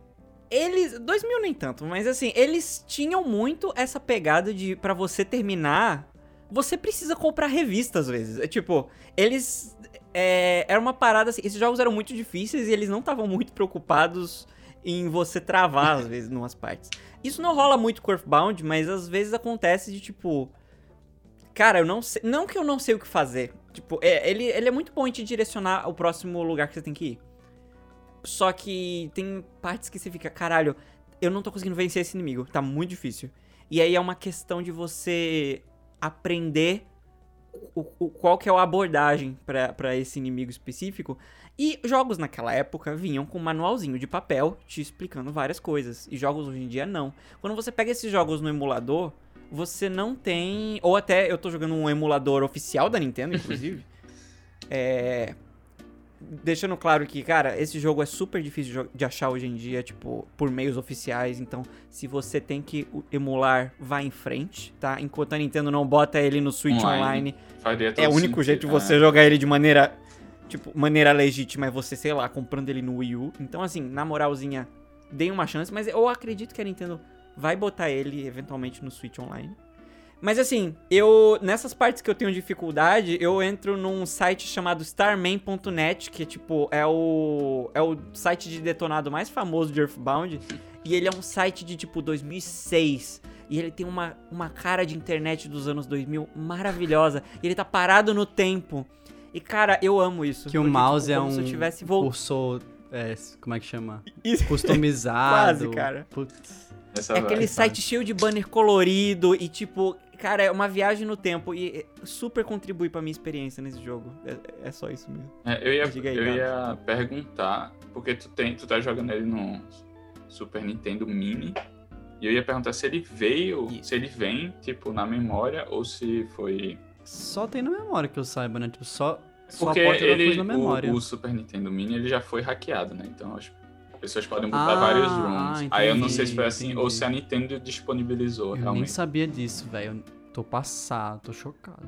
A: eles. dois mil nem tanto, mas assim, eles tinham muito essa pegada de pra você terminar, você precisa comprar revista às vezes. É tipo, eles. É, era uma parada assim, esses jogos eram muito difíceis e eles não estavam muito preocupados em você travar, às vezes, em umas partes. Isso não rola muito com Earthbound, mas às vezes acontece de, tipo... Cara, eu não sei... Não que eu não sei o que fazer. Tipo, é, ele, ele é muito bom em te direcionar ao próximo lugar que você tem que ir. Só que tem partes que você fica... Caralho, eu não tô conseguindo vencer esse inimigo. Tá muito difícil. E aí é uma questão de você aprender o, o, qual que é a abordagem pra, pra esse inimigo específico. E jogos naquela época vinham com um manualzinho de papel te explicando várias coisas. E jogos hoje em dia não. Quando você pega esses jogos no emulador, você não tem... Ou até eu tô jogando um emulador oficial da Nintendo, inclusive. é... Deixando claro que, cara, esse jogo é super difícil de jo- de achar hoje em dia, tipo, por meios oficiais. Então, se você tem que u- emular, vá em frente, tá? Enquanto a Nintendo não bota ele no Switch
B: Online.
A: Online,
B: Faria todo
A: é o único
B: sentido.
A: jeito de você
B: É.
A: jogar ele de maneira, tipo, maneira legítima é você, sei lá, comprando ele no Wii U. Então, assim, na moralzinha, deem uma chance, mas eu acredito que a Nintendo vai botar ele eventualmente no Switch Online. Mas assim, eu nessas partes que eu tenho dificuldade, eu entro num site chamado starman ponto net, que tipo é o é o site de detonado mais famoso de Earthbound, e ele é um site de tipo dois mil e seis. E ele tem uma, uma cara de internet dos anos dois mil maravilhosa. E ele tá parado no tempo. E cara, eu amo isso.
C: Que o
A: porque,
C: mouse
A: tipo,
C: é
A: como
C: um
A: se eu tivesse vol...
C: cursor, é, como é que chama?
A: Isso.
C: Customizado.
A: Quase, cara.
C: Putz.
B: Essa
A: É aquele
B: vai,
A: site cheio de banner colorido e tipo, cara, é uma viagem no tempo e super contribui pra minha experiência nesse jogo. É, é só isso mesmo.
B: É, eu ia,
A: Diga aí,
B: eu
A: cara.
B: ia perguntar, porque tu, tem, tu tá jogando ele no Super Nintendo Mini, e eu ia perguntar se ele veio,
A: Isso.
B: se ele vem, tipo, na memória, ou se foi...
C: Só tem na memória que eu saiba, né? Tipo, só, só
B: Porque
C: aporta alguma
B: ele,
C: coisa na memória.
B: o, o Super Nintendo Mini, ele já foi hackeado, né? Então as pessoas podem botar
C: Ah,
B: vários ROMs.
C: ah,
B: Aí eu não
C: entendi,
B: sei se foi assim, ou
C: entendi.
B: se a Nintendo disponibilizou,
C: Eu nem
B: realmente.
C: sabia disso, velho. Eu tô passado, tô chocado.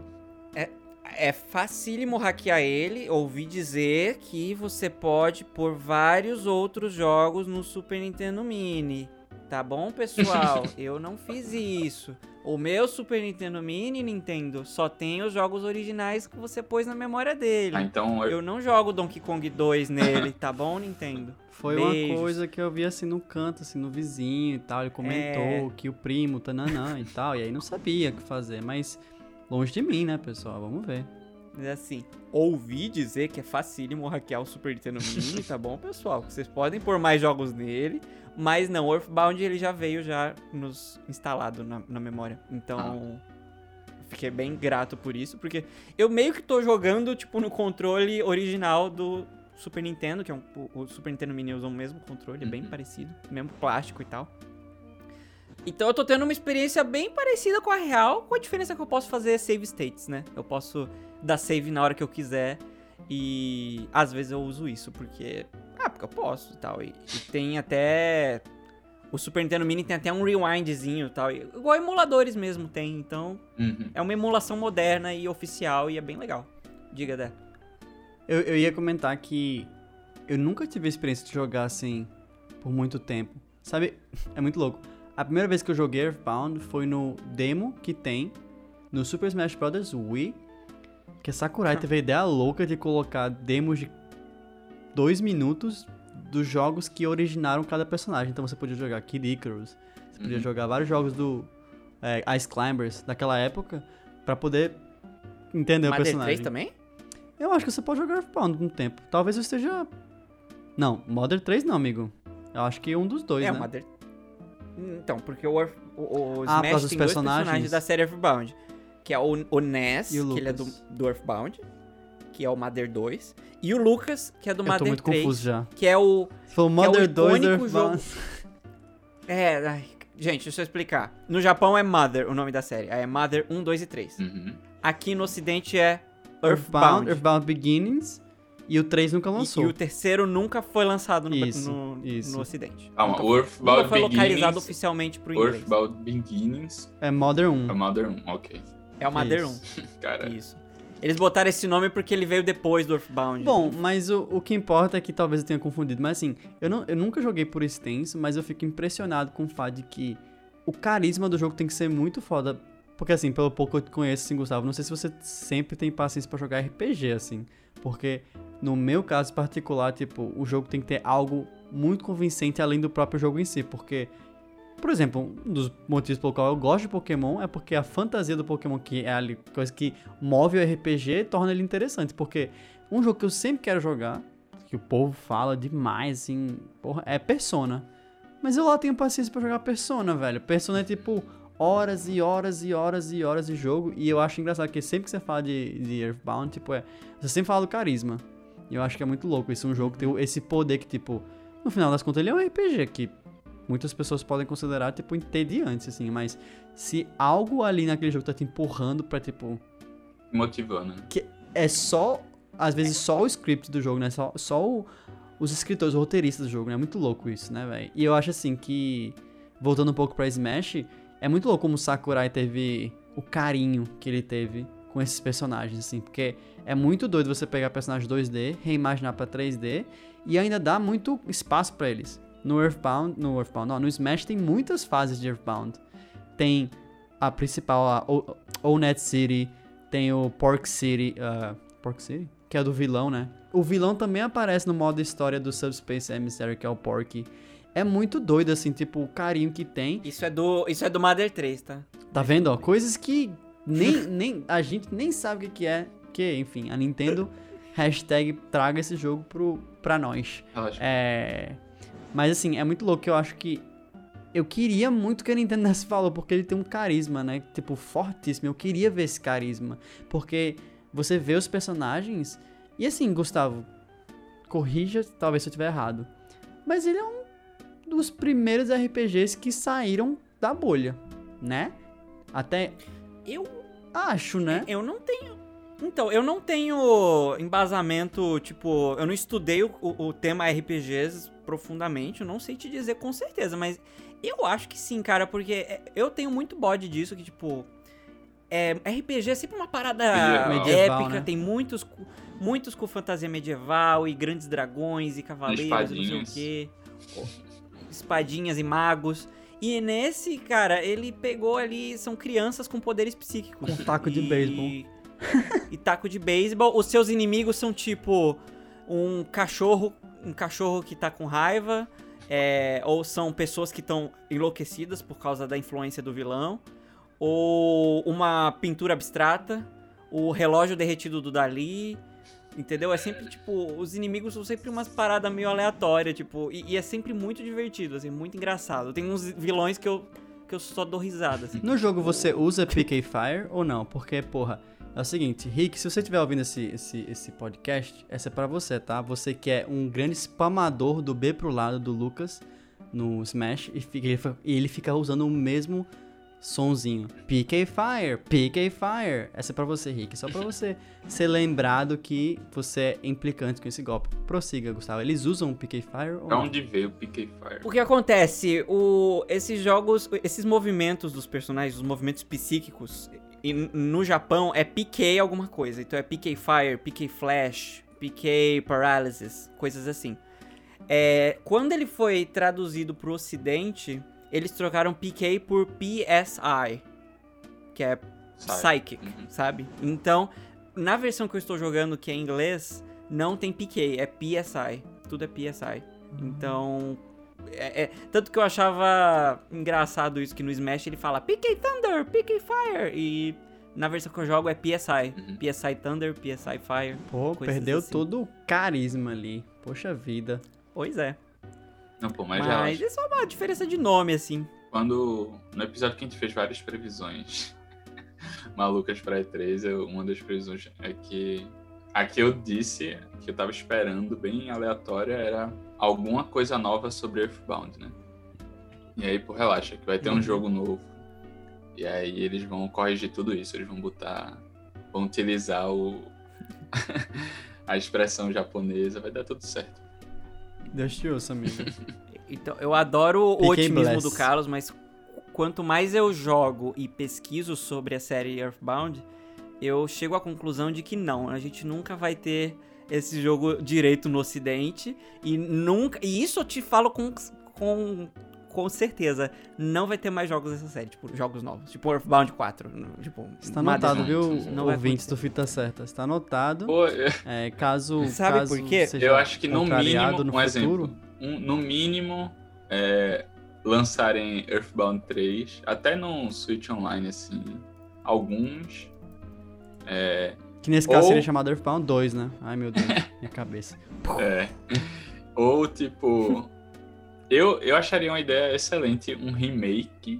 A: É facílimo hackear ele. Ouvi dizer que você pode pôr vários outros jogos no Super Nintendo Mini. Tá bom, pessoal? Eu não fiz isso. O meu Super Nintendo Mini, Nintendo, só tem os jogos originais que você pôs na memória dele.
B: Ah, então eu...
A: Eu não jogo Donkey Kong dois nele, tá bom, Nintendo?
C: Foi
A: Beijos.
C: uma coisa que eu vi assim no canto, assim, no vizinho e tal. Ele comentou
A: É.
C: que o primo, tananã e tal. E aí não sabia o que fazer. Mas longe de mim, né, pessoal? Vamos ver.
A: É assim, ouvi dizer que é facílimo hackear o Super Nintendo Mini, tá bom, pessoal? Vocês podem pôr mais jogos nele, mas não, o Earthbound ele já veio já nos instalado na, na memória. Então, fiquei bem grato por isso, porque eu meio que tô jogando, tipo, no controle original do Super Nintendo, que é um, o, o Super Nintendo Mini usa o mesmo controle, é bem
B: Uhum.
A: parecido, mesmo plástico e tal. Então eu tô tendo uma experiência bem parecida com a real, com a diferença que eu posso fazer save states, né? Eu posso dar save na hora que eu quiser e às vezes eu uso isso porque... Ah, porque eu posso e tal. E, e tem até... O Super Nintendo Mini tem até um rewindzinho e tal. e- Igual emuladores mesmo tem, então
B: Uhum.
A: é uma emulação moderna e oficial e é bem legal. Diga, Dé.
C: Eu, eu ia comentar que eu nunca tive a experiência de jogar assim por muito tempo. Sabe? É muito louco. A primeira vez que eu joguei Earthbound foi no demo que tem no Super Smash Bros. Wii. Que a Sakurai teve a ideia louca de colocar demos de dois minutos dos jogos que originaram cada personagem. Então você podia jogar Kid Icarus, você podia
B: Uhum.
C: jogar vários jogos do é, Ice Climbers daquela época pra poder entender o
A: Mother
C: personagem.
A: três também?
C: Eu acho que você pode jogar Earthbound um tempo. Talvez eu esteja... Não, Mother três não, amigo. Eu acho que um dos dois,
A: é,
C: né?
A: o Mother... Então, porque o, Earth- o, o
C: Ah, por
A: Smash
C: causa dos
A: tem dois
C: personagens?
A: personagens da série Earthbound. Que é o, o Ness,
C: E o
A: que ele é do,
C: Lucas.
A: do Earthbound, que é o Mother dois. E o Lucas, que é do
C: Eu tô
A: Mother
C: muito
A: três,
C: confuso já.
A: que é o...
C: Se for
A: que
C: Mother
A: é o
C: dois
A: icônico
C: Earthbound...
A: É, ai, gente, deixa eu explicar. No Japão é Mother, o nome da série. Aí é Mother um, dois e três.
B: Uhum.
A: Aqui no ocidente é
C: Earthbound,
A: Earthbound.
C: Earthbound Beginnings. E o três nunca
A: E,
C: lançou.
A: e o terceiro nunca foi lançado no,
C: Isso,
A: no,
C: isso.
A: no ocidente.
B: Calma,
A: nunca,
B: o
A: foi-
B: Earthbound
A: nunca foi localizado
B: Beginnings-
A: oficialmente pro inglês.
B: Earthbound Beginnings
C: É Mother um.
B: é Mother um, ok.
A: É o Mother
C: Isso.
A: um.
B: Cara,
A: Isso. Eles botaram esse nome porque ele veio depois do Earthbound.
C: Bom, mas o, o que importa é que talvez eu tenha confundido. Mas assim, eu, não, eu nunca joguei por extenso, mas eu fico impressionado com o fato de que o carisma do jogo tem que ser muito foda. Porque assim, pelo pouco que eu te conheço, assim, Gustavo, não sei se você sempre tem paciência pra jogar R P G, assim. Porque no meu caso particular, tipo, o jogo tem que ter algo muito convincente além do próprio jogo em si. Porque, por exemplo, um dos motivos pelo qual eu gosto de Pokémon é porque a fantasia do Pokémon, que é a coisa que move o R P G, torna ele interessante. Porque um jogo que eu sempre quero jogar, que o povo fala demais, assim, porra, é Persona. Mas eu lá tenho paciência pra jogar Persona, velho. Persona é tipo horas e horas e horas e horas de jogo. E eu acho engraçado que sempre que você fala de, de Earthbound, tipo, é. Você sempre fala do carisma. E eu acho que é muito louco. Isso é um jogo que tem esse poder que, tipo, no final das contas, ele é um R P G que muitas pessoas podem considerar, tipo, entediante, assim. Mas se algo ali naquele jogo tá te empurrando pra, tipo.
B: motivando, né?
C: Que é só. Às vezes só o script do jogo, né? Só, só o, os escritores, os roteiristas do jogo, né? É muito louco isso, né, velho? E eu acho assim que. Voltando um pouco pra Smash, é muito louco como o Sakurai teve o carinho que ele teve com esses personagens, assim. Porque é muito doido você pegar personagens dois D, reimaginar pra três D e ainda dar muito espaço pra eles. No Earthbound, no Earthbound, não, no Smash tem muitas fases de Earthbound. Tem a principal, a O- O-Net City, tem o Pork City, uh, Pork City? Que é do vilão, né? O vilão também aparece no modo história do Subspace Emissary, que é o Pork. É muito doido, assim, tipo, o carinho que tem.
A: Isso é do, isso é do Mother três, tá?
C: Tá vendo, ó? Coisas que nem, nem a gente nem sabe o que que é. Que, enfim, a Nintendo hashtag traga esse jogo pro, pra nós.
B: Relaxa.
C: É... Mas, assim, é muito louco. Eu acho que eu queria muito que a Nintendo desse valor, porque ele tem um carisma, né? Tipo, fortíssimo. Eu queria ver esse carisma. Porque você vê os personagens... E assim, Gustavo, corrija talvez se eu estiver errado. Mas ele é um dos primeiros R P Gs que saíram da bolha, né? Até
A: Eu,
C: acho, né?
A: eu não tenho... Então, eu não tenho embasamento, tipo... Eu não estudei o, o, o tema R P Gs profundamente, eu não sei te dizer com certeza, mas eu acho que sim, cara, porque eu tenho muito bode disso, que, tipo... É, R P G é sempre uma parada
C: Medieval,
A: épica,
C: né?
A: tem muitos, co- muitos com fantasia medieval e grandes dragões e cavaleiros e não sei o
B: Espadinhas.
A: quê. Espadinhas e magos. E nesse, cara, ele pegou ali, são crianças com poderes psíquicos.
C: Com taco de
A: E-
C: beisebol.
A: e taco de beisebol. Os seus inimigos são tipo um cachorro, um cachorro que tá com raiva, é, ou são pessoas que estão enlouquecidas por causa da influência do vilão, ou uma pintura abstrata, o relógio derretido do Dali, entendeu? É sempre, tipo, os inimigos são sempre umas paradas meio aleatórias, tipo, e, e é sempre muito divertido, assim, muito engraçado. Tem uns vilões que eu, que eu só dou risada, assim.
C: No jogo você usa P K Fire ou não? Porque, porra, é o seguinte, Rick, se você estiver ouvindo esse, esse, esse podcast, essa é pra você, tá? Você que é um grande spamador do B pro lado do Lucas no Smash e, fica, ele, fa- e ele fica usando o mesmo sonzinho. P K Fire, P K Fire. Essa é pra você, Rick. Só pra você ser lembrado que você é implicante com esse golpe. Prossiga, Gustavo. Eles usam o P K Fire ou
B: Pra
C: não?
B: onde veio o P K Fire?
A: O que acontece? O, esses jogos, esses movimentos dos personagens, os movimentos psíquicos, e n- no Japão é P K alguma coisa. Então é P K Fire, P K Flash, P K Paralysis, coisas assim. É, quando ele foi traduzido pro ocidente, eles trocaram P K por P S I, que é Psychic,
B: Uhum.
A: sabe? Então, na versão que eu estou jogando, que é em inglês, não tem P K, é P S I. Tudo é P S I. Então, é, é- tanto que eu achava engraçado isso, que no Smash ele fala P K Thunder, P K Fire, e na versão que eu jogo é P S I.
B: Uhum.
A: P S I Thunder, P S I Fire.
C: Pô,
A: coisas
C: perdeu
A: assim.
C: todo o carisma ali. Poxa vida.
A: Pois é.
B: Não, pô, mas,
A: Mas,
B: relaxa.
A: é só uma diferença de nome, assim.
B: Quando, no episódio que a gente fez várias previsões malucas pra E três, eu- uma das previsões é que a que eu disse, que eu tava esperando, bem aleatória, era alguma coisa nova sobre Earthbound, né? E aí, pô, relaxa, que vai ter
C: Uhum.
B: um jogo novo. E aí eles vão corrigir tudo isso, eles vão botar, vão utilizar o a expressão japonesa, vai dar tudo certo.
C: Deus te ouça, amigo.
A: Então, eu adoro o
C: P K
A: otimismo
C: Bless.
A: do Carlos, mas quanto mais eu jogo e pesquiso sobre a série Earthbound, eu chego à conclusão de que não, a gente nunca vai ter esse jogo direito no ocidente e nunca, e isso eu te falo com com com certeza, não vai ter mais jogos dessa série, tipo, jogos novos, tipo Earthbound quatro, tipo,
C: Está
A: Mother-
C: anotado, viu,
A: Não vai
C: ouvintes
A: acontecer.
C: do Fita Certa? Está anotado.
B: Pô, eu,
C: É, caso,
A: Sabe
C: caso
A: por quê?
C: seja
B: eu acho que no
C: contrariado
B: mínimo,
C: no
B: um
C: futuro,
B: exemplo, um- no mínimo, é, lançarem Earthbound três, até no Switch Online, assim, alguns, é,
C: que nesse caso
B: ou-
C: seria chamado Earthbound dois, né? Ai, meu Deus, minha cabeça.
B: é, ou tipo, eu, eu acharia uma ideia excelente, um remake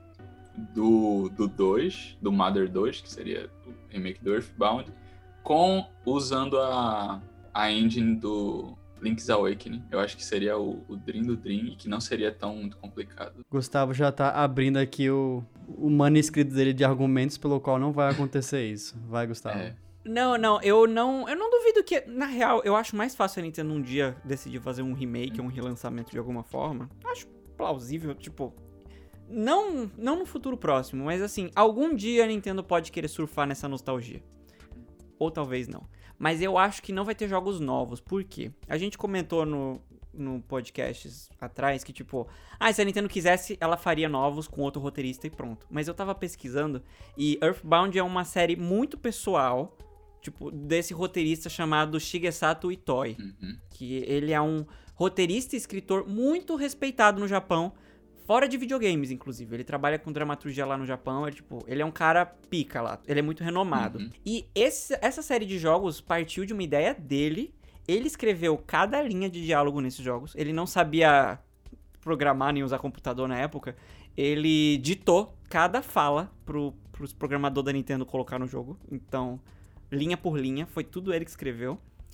B: do, do dois, do Mother dois, que seria o remake do Earthbound, com, usando a, a engine do Link's Awakening. Eu acho que seria o, o Dream do Dream, e que não seria tão muito complicado.
C: Gustavo já tá abrindo aqui o, o manuscrito dele de argumentos pelo qual não vai acontecer isso. Vai, Gustavo.
B: É.
A: Não, não, eu não, eu não duvido que, na real, eu acho mais fácil a Nintendo um dia decidir fazer um remake ou um relançamento de alguma forma. Acho plausível, tipo, não, não no futuro próximo, mas assim, algum dia a Nintendo pode querer surfar nessa nostalgia. Ou talvez não. Mas eu acho que não vai ter jogos novos, por quê? A gente comentou no, no podcast atrás que, tipo, ah, se a Nintendo quisesse, ela faria novos com outro roteirista e pronto. Mas eu tava pesquisando e Earthbound é uma série muito pessoal, tipo, desse roteirista chamado Shigesato Itoi,
B: Uhum.
A: que ele é um roteirista e escritor muito respeitado no Japão, fora de videogames, inclusive. Ele trabalha com dramaturgia lá no Japão, ele, tipo, ele é um cara pica lá, ele é muito renomado.
B: Uhum.
A: E esse, essa série de jogos partiu de uma ideia dele, ele escreveu cada linha de diálogo nesses jogos, ele não sabia programar nem usar computador na época, ele ditou cada fala pro, pros programadores da Nintendo colocar no jogo, então, linha por linha, foi tudo ele que escreveu.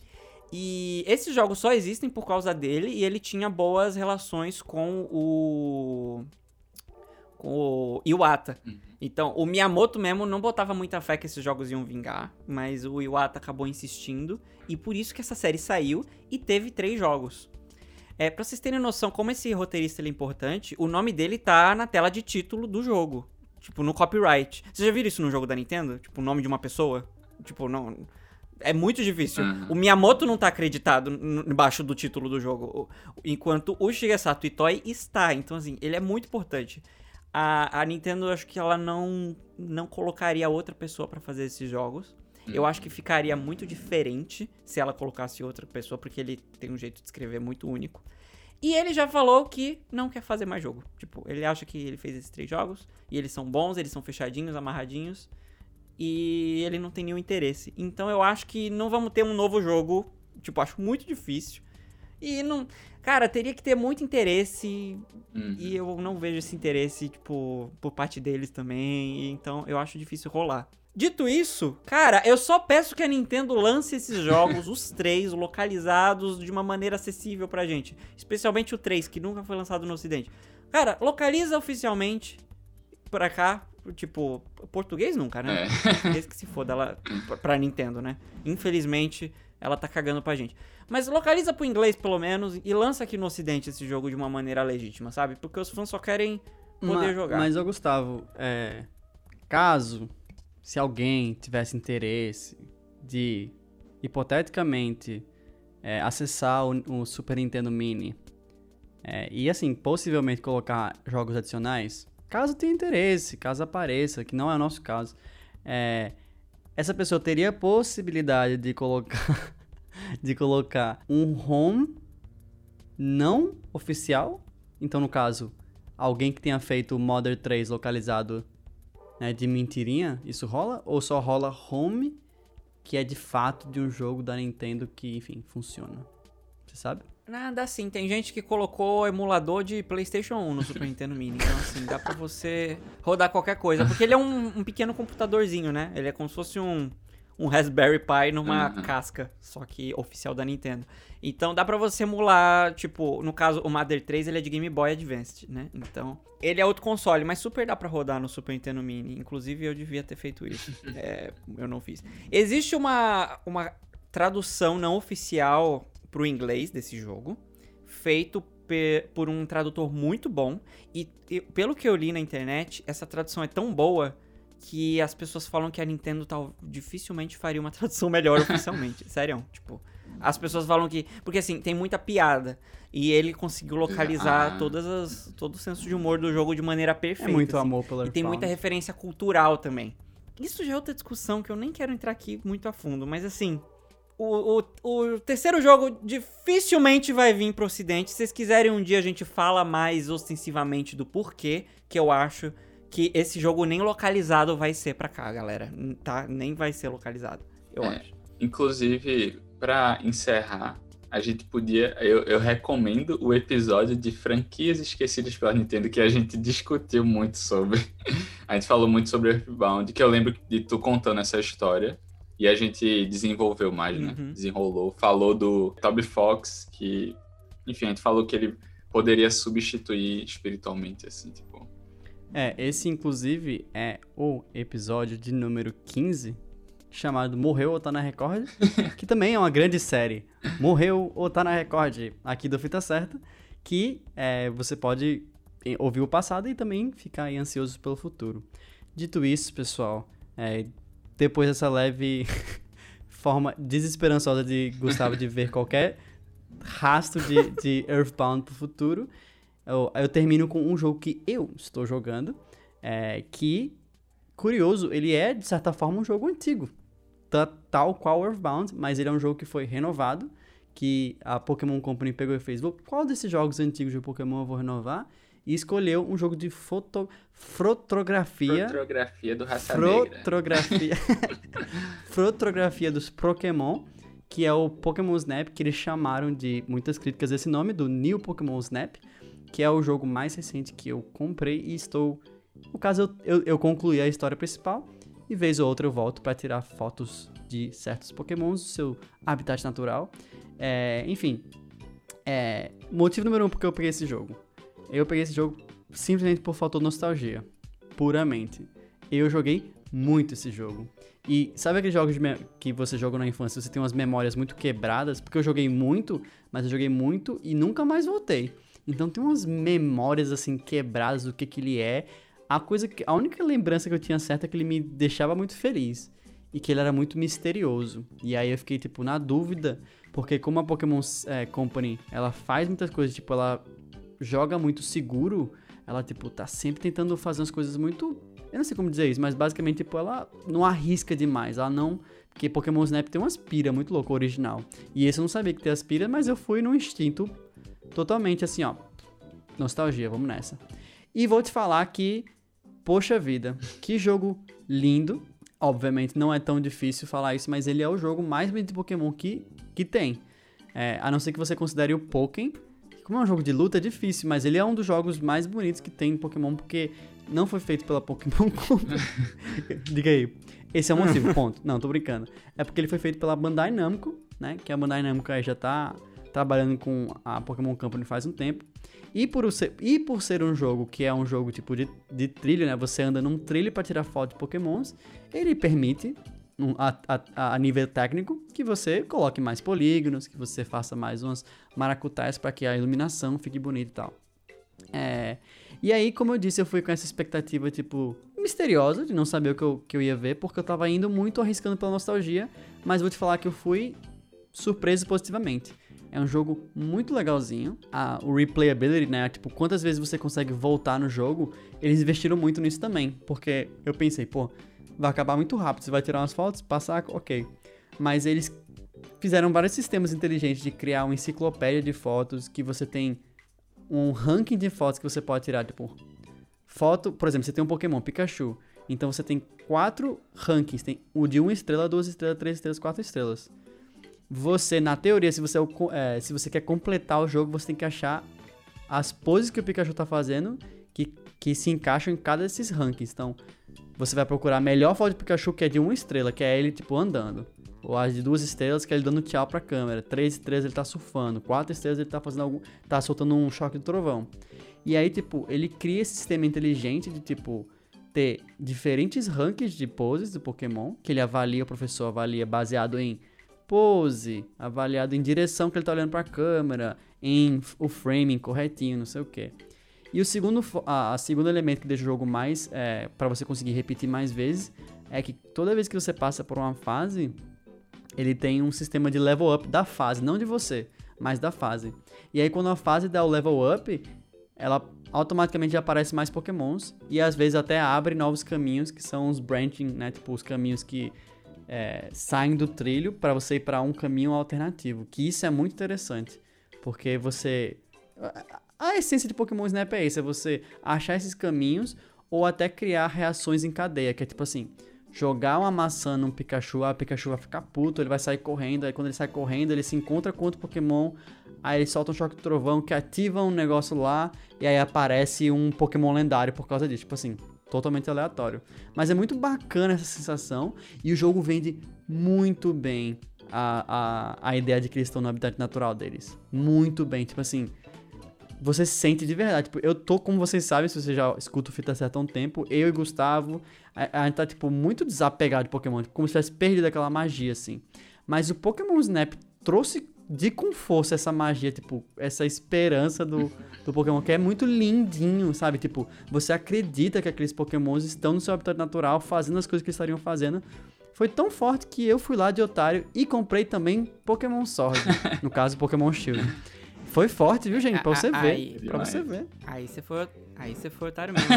A: E esses jogos só existem por causa dele, e ele tinha boas relações com o com o Iwata.
B: Uhum.
A: Então, o Miyamoto mesmo não botava muita fé que esses jogos iam vingar, mas o Iwata acabou insistindo, e por isso que essa série saiu e teve três jogos. É, pra vocês terem noção como esse roteirista ele é importante, o nome dele tá na tela de título do jogo. Tipo, no copyright. Vocês já viram isso no jogo da Nintendo? Tipo, o nome de uma pessoa? Tipo, não... É muito difícil.
B: Uhum.
A: O Miyamoto não tá acreditado n- embaixo do título do jogo, o- enquanto o Shigesato Itoi está. Então, assim, ele é muito importante. A, a Nintendo, eu acho que ela não, não colocaria outra pessoa pra fazer esses jogos. Eu acho que ficaria muito diferente se ela colocasse outra pessoa, porque ele tem um jeito de escrever muito único. E ele já falou que não quer fazer mais jogo. Tipo, ele acha que ele fez esses três jogos, e eles são bons, eles são fechadinhos, amarradinhos, e ele não tem nenhum interesse. Então eu acho que não vamos ter um novo jogo, tipo, acho muito difícil. E não... Cara, teria que ter muito interesse,
B: Uhum.
A: e eu não vejo esse interesse, tipo, por parte deles também, e então eu acho difícil rolar. Dito isso, cara, eu só peço que a Nintendo lance esses jogos, os três, localizados de uma maneira acessível pra gente. Especialmente o três, que nunca foi lançado no ocidente. Cara, localiza oficialmente pra cá, tipo, português nunca, né?
B: É.
A: Português que se foda ela, pra- pra Nintendo, né? Infelizmente, ela tá cagando pra gente. Mas localiza pro inglês, pelo menos, e lança aqui no ocidente esse jogo de uma maneira legítima, sabe? Porque os fãs só querem poder
C: Ma-
A: jogar.
C: Mas, ô Gustavo, é, caso, se alguém tivesse interesse de, hipoteticamente, é, acessar o, o Super Nintendo Mini é, e, assim, possivelmente colocar jogos adicionais, caso tenha interesse, caso apareça, que não é o nosso caso, é, essa pessoa teria a possibilidade de colocar, de colocar um home não oficial, então, no caso, alguém que tenha feito o Mother três localizado, né, de mentirinha, isso rola? Ou só rola home, que é de fato de um jogo da Nintendo que, enfim, funciona? Você sabe?
A: Nada assim, tem gente que colocou emulador de PlayStation um no Super Nintendo Mini, então assim, dá pra você rodar qualquer coisa, porque ele é um, um pequeno computadorzinho, né? Ele é como se fosse um, um Raspberry Pi numa
B: Uhum.
A: casca, só que oficial da Nintendo. Então dá pra você emular, tipo, no caso o Mother três, ele é de Game Boy Advance, né? Então, ele é outro console, mas super dá pra rodar no Super Nintendo Mini, inclusive eu devia ter feito isso, é, eu não fiz. Existe uma, uma tradução não oficial pro inglês desse jogo, feito pe- por um tradutor muito bom, e, e pelo que eu li na internet, essa tradução é tão boa que as pessoas falam que a Nintendo tal, dificilmente faria uma tradução melhor oficialmente, sério, tipo, as pessoas falam que, porque assim, tem muita piada, e ele conseguiu localizar
B: Ah.
A: todas as, todo o senso de humor do jogo de maneira perfeita.
C: É muito
A: assim.
C: amor pelo
A: E tem muita
C: Earthbound.
A: referência cultural também. Isso já é outra discussão que eu nem quero entrar aqui muito a fundo, mas assim, o, o, o terceiro jogo dificilmente vai vir pro ocidente. Se vocês quiserem um dia a gente fala mais ostensivamente do porquê que eu acho que esse jogo nem localizado vai ser pra cá, galera. Tá? Nem vai ser localizado, eu
B: É.
A: acho.
B: Inclusive, pra encerrar, a gente podia. Eu, eu recomendo o episódio de franquias esquecidas pela Nintendo, que a gente discutiu muito sobre. A gente falou muito sobre Earthbound, que eu lembro de tu contando essa história. E a gente desenvolveu mais, né?
A: Uhum.
B: Desenrolou. Falou do Toby Fox, que. Enfim, a gente falou que ele poderia substituir espiritualmente, assim, tipo.
C: É, esse inclusive é o episódio de número quinze, chamado Morreu ou Tá na Record, que também é uma grande série. Morreu ou Tá na Record, aqui do Fita Certa, que é, você pode ouvir o passado e também ficar aí ansioso pelo futuro. Dito isso, pessoal, é, depois dessa leve forma desesperançosa de Gustavo de ver qualquer rastro de, de Earthbound pro futuro, eu, eu termino com um jogo que eu estou jogando, é, que, curioso, ele é, de certa forma, um jogo antigo, tá, tal qual Earthbound, mas ele é um jogo que foi renovado, que a Pokémon Company pegou e fez, "Vou- qual desses jogos antigos de Pokémon eu vou renovar?" E escolheu um jogo de foto, fotografia...
B: Fotografia do Raça Negra.
C: Fotografia... Fotografia dos Pokémon, que é o Pokémon Snap, que eles chamaram de muitas críticas esse nome, do New Pokémon Snap, que é o jogo mais recente que eu comprei e estou... No caso, eu, eu, eu concluí a história principal e vez ou outra eu volto para tirar fotos de certos Pokémons do seu habitat natural. É, enfim, é, motivo número um porque eu peguei esse jogo. Eu peguei esse jogo simplesmente por falta de nostalgia, puramente. Eu joguei muito esse jogo. E sabe aqueles jogos de me- que você jogou na infância, você tem umas memórias muito quebradas? Porque eu joguei muito, mas eu joguei muito e nunca mais voltei. Então tem umas memórias assim quebradas do que que ele é. A coisa que, a única lembrança que eu tinha certa é que ele me deixava muito feliz. e que ele era muito misterioso. E aí eu fiquei, tipo, na dúvida, porque como a Pokémon é, Company, ela faz muitas coisas, tipo, ela joga muito seguro, ela, tipo, tá sempre tentando fazer umas coisas muito... Eu não sei como dizer isso, mas basicamente, tipo, ela não arrisca demais, ela não... Porque Pokémon Snap tem uma aspira muito louca, original. E esse eu não sabia que tem aspira, mas eu fui no instinto totalmente assim, ó. Nostalgia, vamos nessa. E vou te falar que, poxa vida, que jogo lindo. Obviamente não é tão difícil falar isso, mas ele é o jogo mais bonito de Pokémon que, que tem. É, a não ser que você considere o Pokémon. Como é um jogo de luta, é difícil, mas ele é um dos jogos mais bonitos que tem em Pokémon, porque não foi feito pela Pokémon Company. Diga aí. Esse é o motivo, ponto. Não, tô brincando. É porque ele foi feito pela Bandai Namco, né? Que a Bandai Namco aí já tá trabalhando com a Pokémon Company faz um tempo. E por ser, e por ser um jogo que é um jogo tipo de, de trilho, né? Você anda num trilho para tirar foto de Pokémons. Ele permite, um, a, a, a nível técnico, que você coloque mais polígonos, que você faça mais umas maracutais para que a iluminação fique bonita e tal. É... E aí, como eu disse, eu fui com essa expectativa, tipo, misteriosa, de não saber o que eu, que eu ia ver, porque eu tava indo muito arriscando pela nostalgia, mas vou te falar que eu fui surpreso positivamente. É um jogo muito legalzinho. A, o replayability, né, tipo, quantas vezes você consegue voltar no jogo, eles investiram muito nisso também, porque eu pensei, pô, vai acabar muito rápido, você vai tirar umas fotos, passar, ok. Mas eles fizeram vários sistemas inteligentes de criar uma enciclopédia de fotos, que você tem um ranking de fotos que você pode tirar, tipo, foto, por exemplo, você tem um Pokémon, Pikachu, então você tem quatro rankings, tem o de uma estrela, duas estrelas, três estrelas, quatro estrelas. Você, na teoria, se você, é, se você quer completar o jogo, você tem que achar as poses que o Pikachu tá fazendo que, que se encaixam em cada desses rankings. Então, você vai procurar a melhor foto de Pikachu, que é de uma estrela, que é ele, tipo, andando. Ou as de duas estrelas, que é ele dando tchau pra câmera. Três estrelas, ele tá surfando. Quatro estrelas, ele tá fazendo algum... tá soltando um choque de trovão. E aí, tipo, ele cria esse sistema inteligente de, tipo, ter diferentes rankings de poses do Pokémon, que ele avalia, o professor avalia baseado em pose, avaliado em direção que ele tá olhando pra câmera, em o framing corretinho, não sei o que. E o segundo, a, a segundo elemento que deixa o jogo mais, é, para você conseguir repetir mais vezes, é que toda vez que você passa por uma fase, ele tem um sistema de level up da fase, não de você, mas da fase. E aí quando a fase dá o level up, ela automaticamente já aparece mais Pokémons, e às vezes até abre novos caminhos, que são os branching, né, tipo os caminhos que É, saem do trilho para você ir para um caminho alternativo, que isso é muito interessante, porque você... A, a essência de Pokémon Snap é isso, é você achar esses caminhos ou até criar reações em cadeia, que é tipo assim, jogar uma maçã num Pikachu, ah, o Pikachu vai ficar puto, ele vai sair correndo, aí quando ele sai correndo, ele se encontra com outro Pokémon, aí ele solta um choque de trovão que ativa um negócio lá, e aí aparece um Pokémon lendário por causa disso, tipo assim... Totalmente aleatório. Mas é muito bacana essa sensação. E o jogo vende muito bem a, a, a ideia de que eles estão no habitat natural deles. Muito bem. Tipo assim, você sente de verdade. Tipo, eu tô, como vocês sabem, se você já escuta o Fita Certa há um tempo, eu e Gustavo, a, a gente tá, tipo, muito desapegado de Pokémon. Tipo, como se tivesse perdido aquela magia, assim. Mas o Pokémon Snap trouxe de com força essa magia, tipo, essa esperança do, do Pokémon, que é muito lindinho, sabe? Tipo, você acredita que aqueles Pokémons estão no seu habitat natural, fazendo as coisas que eles estariam fazendo. Foi tão forte que eu fui lá de otário e comprei também Pokémon Sword, no caso, Pokémon Shield. Foi forte, viu, gente? Pra você ver. Aí, pra você ver.
A: Aí você foi, aí você foi otário mesmo.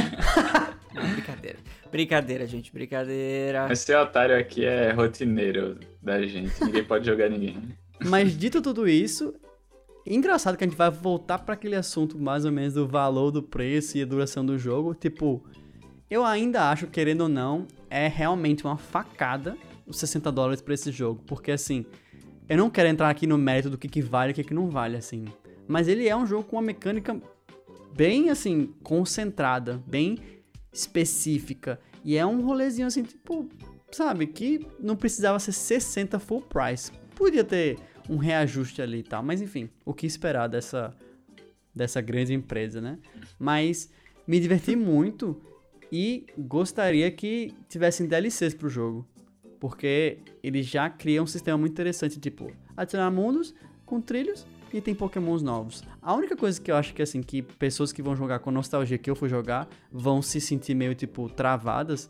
A: Não, brincadeira. Brincadeira, gente. Brincadeira.
B: Esse otário aqui é rotineiro da gente. Ninguém pode jogar ninguém.
C: Mas dito tudo isso, engraçado que a gente vai voltar para aquele assunto mais ou menos do valor do preço e a duração do jogo. Tipo, eu ainda acho, querendo ou não, é realmente uma facada os sessenta dólares para esse jogo. Porque assim, eu não quero entrar aqui no mérito do que, que vale e o que, que não vale, assim. Mas ele é um jogo com uma mecânica bem, assim, concentrada, bem específica. E é um rolezinho assim, tipo, sabe, que não precisava ser sessenta full price. Podia ter um reajuste ali e tal, mas enfim, o que esperar dessa, dessa grande empresa, né? Mas me diverti muito e gostaria que tivessem D L Cs pro jogo, porque eles já criam um sistema muito interessante, tipo, adicionar mundos com trilhos e tem Pokémons novos. A única coisa que eu acho que, assim, que pessoas que vão jogar com nostalgia, que eu fui jogar, vão se sentir meio, tipo, travadas,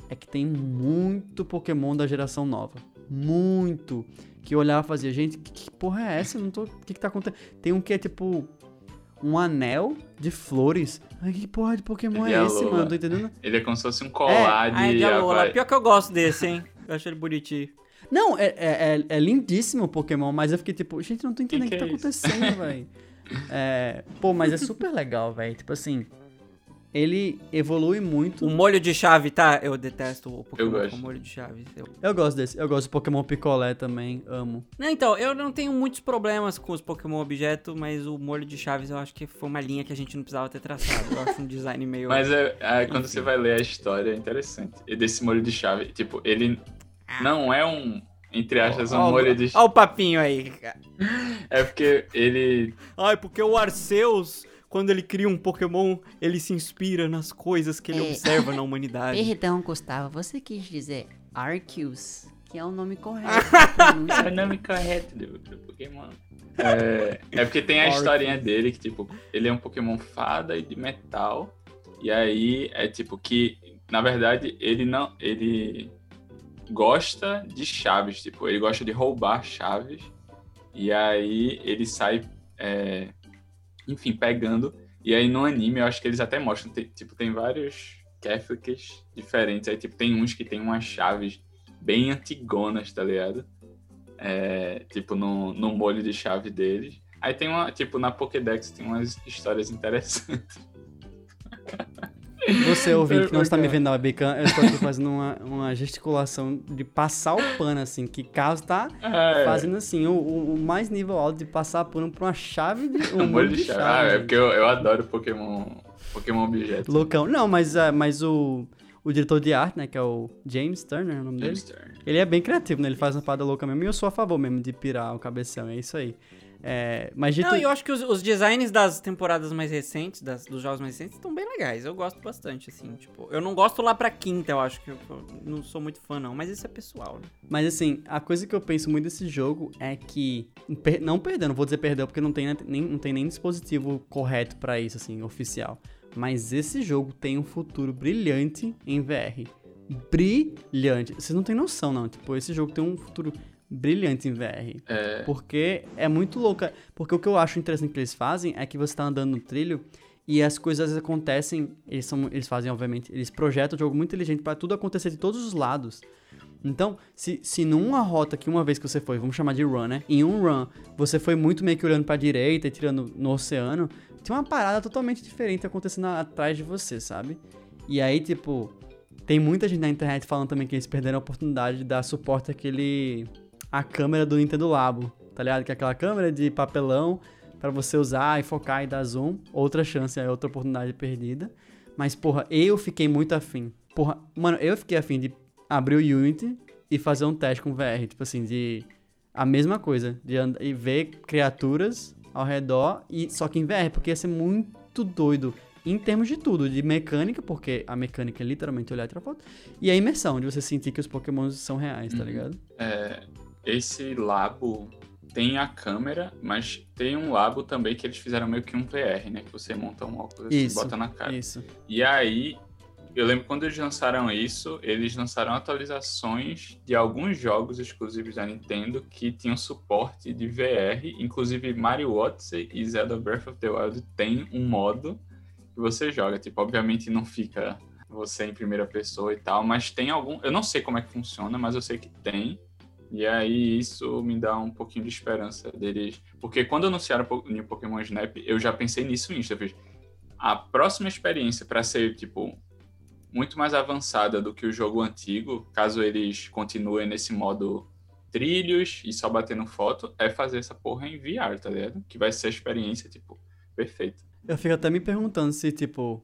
C: é que tem muito Pokémon da geração nova. Muito. Que eu olhava e fazia, gente, que, que porra é essa? Eu não tô... O que que tá acontecendo? Tem um que é tipo... Um anel de flores. Ai, que porra de Pokémon
B: Ele
C: é
B: é
C: esse,
B: Alola.
C: mano? Tô entendendo?
B: Ele é como se fosse um colar
A: Ai,
B: de
A: de Alola.
B: Havaí.
A: Pior que eu gosto desse, hein? Eu acho ele bonitinho.
C: Não, é, é, é- é lindíssimo o Pokémon, mas eu fiquei tipo, gente, eu não tô entendendo o que,
B: Que
C: tá
B: que é isso?
C: acontecendo, velho. É, pô, mas é super legal, velho. Tipo assim, ele evolui muito.
A: O molho de chave, tá? Eu detesto o Pokémon
B: gosto.
A: com molho de chave. Eu...
C: Eu gosto desse. Eu gosto do Pokémon Picolé também, amo.
A: Não, então, eu não tenho muitos problemas com os Pokémon objeto, mas o molho de chaves eu acho que foi uma linha que a gente não precisava ter traçado. Eu acho um design meio...
B: Mas é, é, quando
A: Enfim.
B: você vai ler a história, é interessante. E desse molho de chave, tipo, ele não é um, entre aspas, um
A: Ó, ó,
B: molho de
A: Ó
B: chave.
A: o papinho aí.
B: É porque ele...
A: Ai, porque o Arceus, quando ele cria um Pokémon, ele se inspira nas coisas que ele
D: É.
A: observa na humanidade.
D: Perdão, Gustavo, você quis dizer Arceus, que é o nome correto da pronúncia.
B: É o nome correto do, do Pokémon. É, é porque tem a historinha dele que, tipo, ele é um Pokémon fada e de metal. E aí é tipo que, na verdade, ele não. Ele gosta de chaves, tipo, ele gosta de roubar chaves. E aí ele sai, é, enfim, pegando. E aí no anime eu acho que eles até mostram, tem- tipo, tem vários Catholics diferentes. Aí, tipo, tem uns que tem umas chaves bem antigonas, tá ligado? É, tipo, no, no molho de chave deles. Aí tem uma, tipo, na Pokédex tem umas histórias interessantes.
C: Você, ouvinte, que não
B: É,
C: está me
B: cara.
C: vendo na webcam, eu estou aqui fazendo uma, uma gesticulação de passar o pano, assim, que Carlos tá
B: É,
C: fazendo, assim, o, o- o mais nível alto de passar pano pra uma chave de...
B: um molho de chave. Ah, é
C: gente.
B: porque eu, eu adoro Pokémon, Pokémon objeto.
C: Loucão. Não, mas, ah, mas o, o diretor de arte, né, que é o James Turner, é o nome dele,
B: James Turner.
C: ele é bem criativo, né, ele faz uma parada louca mesmo, e eu sou a favor mesmo de pirar o cabeção, é isso aí. É, mas dito...
A: Não, eu acho que os, os designs das temporadas mais recentes, das- dos jogos mais recentes, estão bem legais. Eu gosto bastante, assim, tipo... Eu não gosto lá pra quinta, eu acho que eu, eu não sou muito fã, não. Mas isso é pessoal, né?
C: Mas assim, a coisa que eu penso muito desse jogo é que, per- não perdeu, não vou dizer perdeu porque não tem nem, não tem nem dispositivo correto pra isso, assim, oficial. Mas esse jogo tem um futuro brilhante em V R. Brilhante. Vocês não têm noção, não. Tipo, esse jogo tem um futuro brilhante em V R.
B: É,
C: Porque é muito louco. Porque o que eu acho interessante que eles fazem é que você tá andando no trilho e as coisas acontecem. Eles, são, eles fazem, obviamente, eles projetam o jogo muito inteligente pra tudo acontecer de todos os lados. Então, se, se numa rota que uma vez que você foi, vamos chamar de run, né? Em um run, você foi muito meio que olhando pra direita e tirando no oceano, tinha uma parada totalmente diferente acontecendo atrás de você, sabe? E aí, tipo, tem muita gente na internet falando também que eles perderam a oportunidade de dar suporte àquele... a câmera do Nintendo Labo, tá ligado? Que é aquela câmera de papelão pra você usar e focar e dar zoom. Outra chance, é outra oportunidade perdida. Mas, porra, eu fiquei muito afim. Porra, mano, eu fiquei afim de abrir o Unity e fazer um teste com V R. Tipo assim, de... a mesma coisa. De andar e ver criaturas ao redor, e só que em V R, porque ia ser muito doido. Em termos de tudo, de mecânica, porque a mecânica é literalmente olhar e tirar foto. E a imersão, de você sentir que os Pokémons são reais, tá
B: Uhum.
C: ligado?
B: é, esse labo tem a câmera, mas tem um labo também que eles fizeram meio que um V R, né? Que você monta um óculos assim, e
C: Isso,
B: bota na cara.
C: Isso.
B: E aí, eu lembro quando eles lançaram isso, eles lançaram atualizações de alguns jogos exclusivos da Nintendo que tinham suporte de V R, inclusive Mario Odyssey e Zelda Breath of the Wild tem um modo que você joga. Tipo, obviamente não fica você em primeira pessoa e tal, mas tem algum... Eu não sei como é que funciona, mas eu sei que tem. E aí isso me dá um pouquinho de esperança deles. Porque quando anunciaram o New Pokémon Snap, eu já pensei nisso insta. Eu fiz, a próxima experiência para ser, tipo, muito mais avançada do que o jogo antigo, caso eles continuem nesse modo trilhos e só batendo foto, é fazer essa porra em V R, tá ligado? Que vai ser a experiência, tipo, perfeita.
C: Eu fico até me perguntando se, tipo,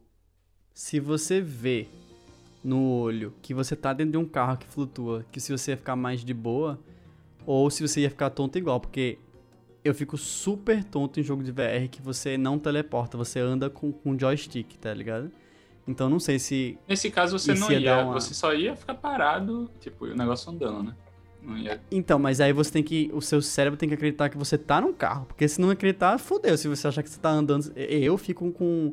C: se você vê no olho que você tá dentro de um carro que flutua, que se você ia ficar mais de boa, ou se você ia ficar tonto igual, porque eu fico super tonto em jogo de V R que você não teleporta, você anda com, com joystick, tá ligado? Então não sei se...
B: Nesse caso você
C: Isso
B: não
C: ia
B: ia,
C: dar uma-
B: você só ia ficar parado, tipo, e o negócio andando, né? Não ia...
C: Então, mas aí você tem que... O seu cérebro tem que acreditar que você tá num carro, porque se não acreditar, fodeu. Se você achar que você tá andando... Eu fico com...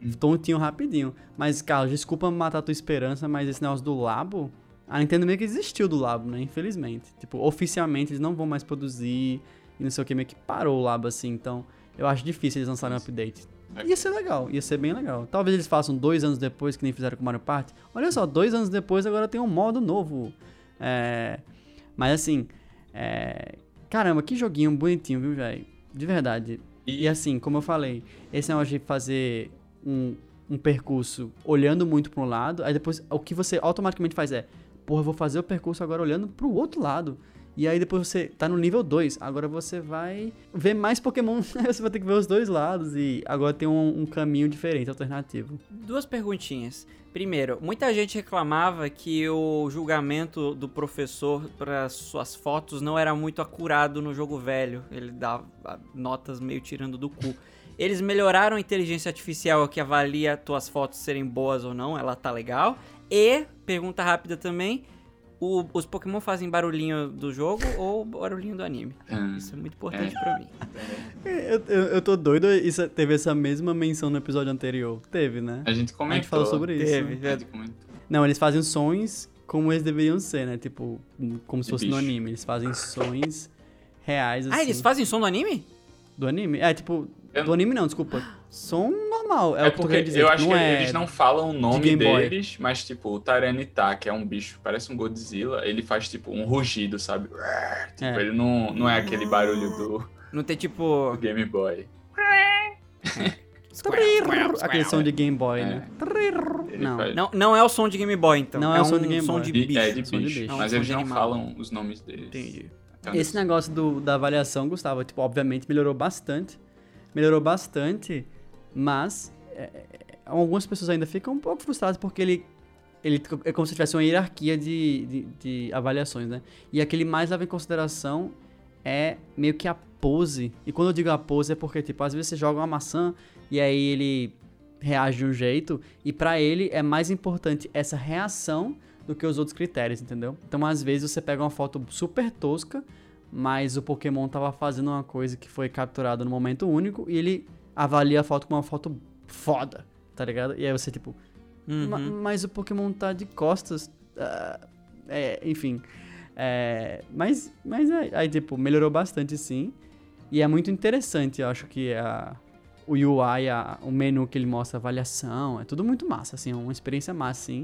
C: tontinho rapidinho. Mas, Carlos, desculpa matar a tua esperança, mas esse negócio do Labo, a Nintendo meio que desistiu do Labo, né? Infelizmente. Tipo, oficialmente eles não vão mais produzir e não sei o que, meio que parou o Labo assim. Então, eu acho difícil eles lançarem um update. Ia ser legal, ia ser bem legal. Talvez eles façam dois anos depois, que nem fizeram com o Mario Party. Olha só, dois anos depois agora tem um modo novo. É... Mas assim, é... caramba, que joguinho bonitinho, viu, velho? De verdade. E... e assim, como eu falei, esse negócio de fazer um, um percurso olhando muito para um lado, aí depois o que você automaticamente faz é, porra, eu vou fazer o percurso agora olhando pro outro lado. E aí depois você tá no nível dois, agora você vai ver mais Pokémon, você vai ter que ver os dois lados e agora tem um, um caminho diferente, alternativo.
A: Duas perguntinhas. Primeiro, muita gente reclamava que o julgamento do professor para suas fotos não era muito acurado no jogo velho, ele dava notas meio tirando do cu. Eles melhoraram a inteligência artificial que avalia tuas fotos serem boas ou não, ela tá legal. E, pergunta rápida também, O, os Pokémon fazem barulhinho do jogo ou barulhinho do anime?
B: Hum.
A: Isso é muito importante
B: É.
A: pra mim.
C: Eu, eu, eu tô doido, isso teve essa mesma menção no episódio anterior. Teve, né?
B: A gente comentou.
C: A gente falou sobre isso.
A: Teve.
C: né?
B: A gente comentou.
C: Não, eles fazem sons como eles deveriam ser, né? Tipo, como se
B: De
C: fosse no
B: bicho.
C: anime. Eles fazem sons reais, assim.
A: Ah, eles fazem som do anime?
C: Do anime? É, tipo,
B: Eu-
C: do anime não, desculpa. Som normal, é,
B: É,
C: o que eu tô
B: porque
C: querendo dizer.
B: eu
C: tipo,
B: acho
C: não
B: que
C: é...
B: eles não falam o nome
C: Game Boy.
B: deles, mas tipo, o Tyranitar, que é um bicho, parece um Godzilla, ele faz tipo um rugido, sabe? Tipo,
C: É.
B: ele não, não é aquele barulho do,
A: Não tem tipo...
B: do Game Boy.
C: Aquele som de Game Boy,
B: É.
C: né?
B: Ele
C: Não.
B: faz-
A: Não, não é o som de Game Boy, então.
C: Não é o som de Game
A: som
C: Boy.
A: de
B: de-
A: bicho.
B: é de
C: som de
B: bicho,
C: bicho.
B: mas
A: Não,
B: eles
A: som de
B: não
A: animal.
B: falam os nomes deles.
A: Entendi.
B: Até onde
C: Esse
B: eu-
C: negócio do, da avaliação, Gustavo, tipo, obviamente melhorou bastante. Melhorou bastante, mas é, é, algumas pessoas ainda ficam um pouco frustradas porque ele, ele é como se tivesse uma hierarquia de, de, de avaliações, né? E a que ele mais leva em consideração é meio que a pose. E quando eu digo a pose é porque, tipo, às vezes você joga uma maçã e aí ele reage de um jeito e pra ele é mais importante essa reação do que os outros critérios, entendeu? Então, às vezes você pega uma foto super tosca, mas o Pokémon tava fazendo uma coisa que foi capturada no momento único e ele avalia a foto como uma foto foda, tá ligado? E aí você, tipo,
A: Uhum.
C: "Ma- mas o Pokémon tá de costas, ah, é, enfim. É, mas, mas é, aí, tipo, melhorou bastante, sim. E é muito interessante, eu acho que a, o U I, a, o menu que ele mostra, a avaliação, é tudo muito massa, assim, é uma experiência massa, sim.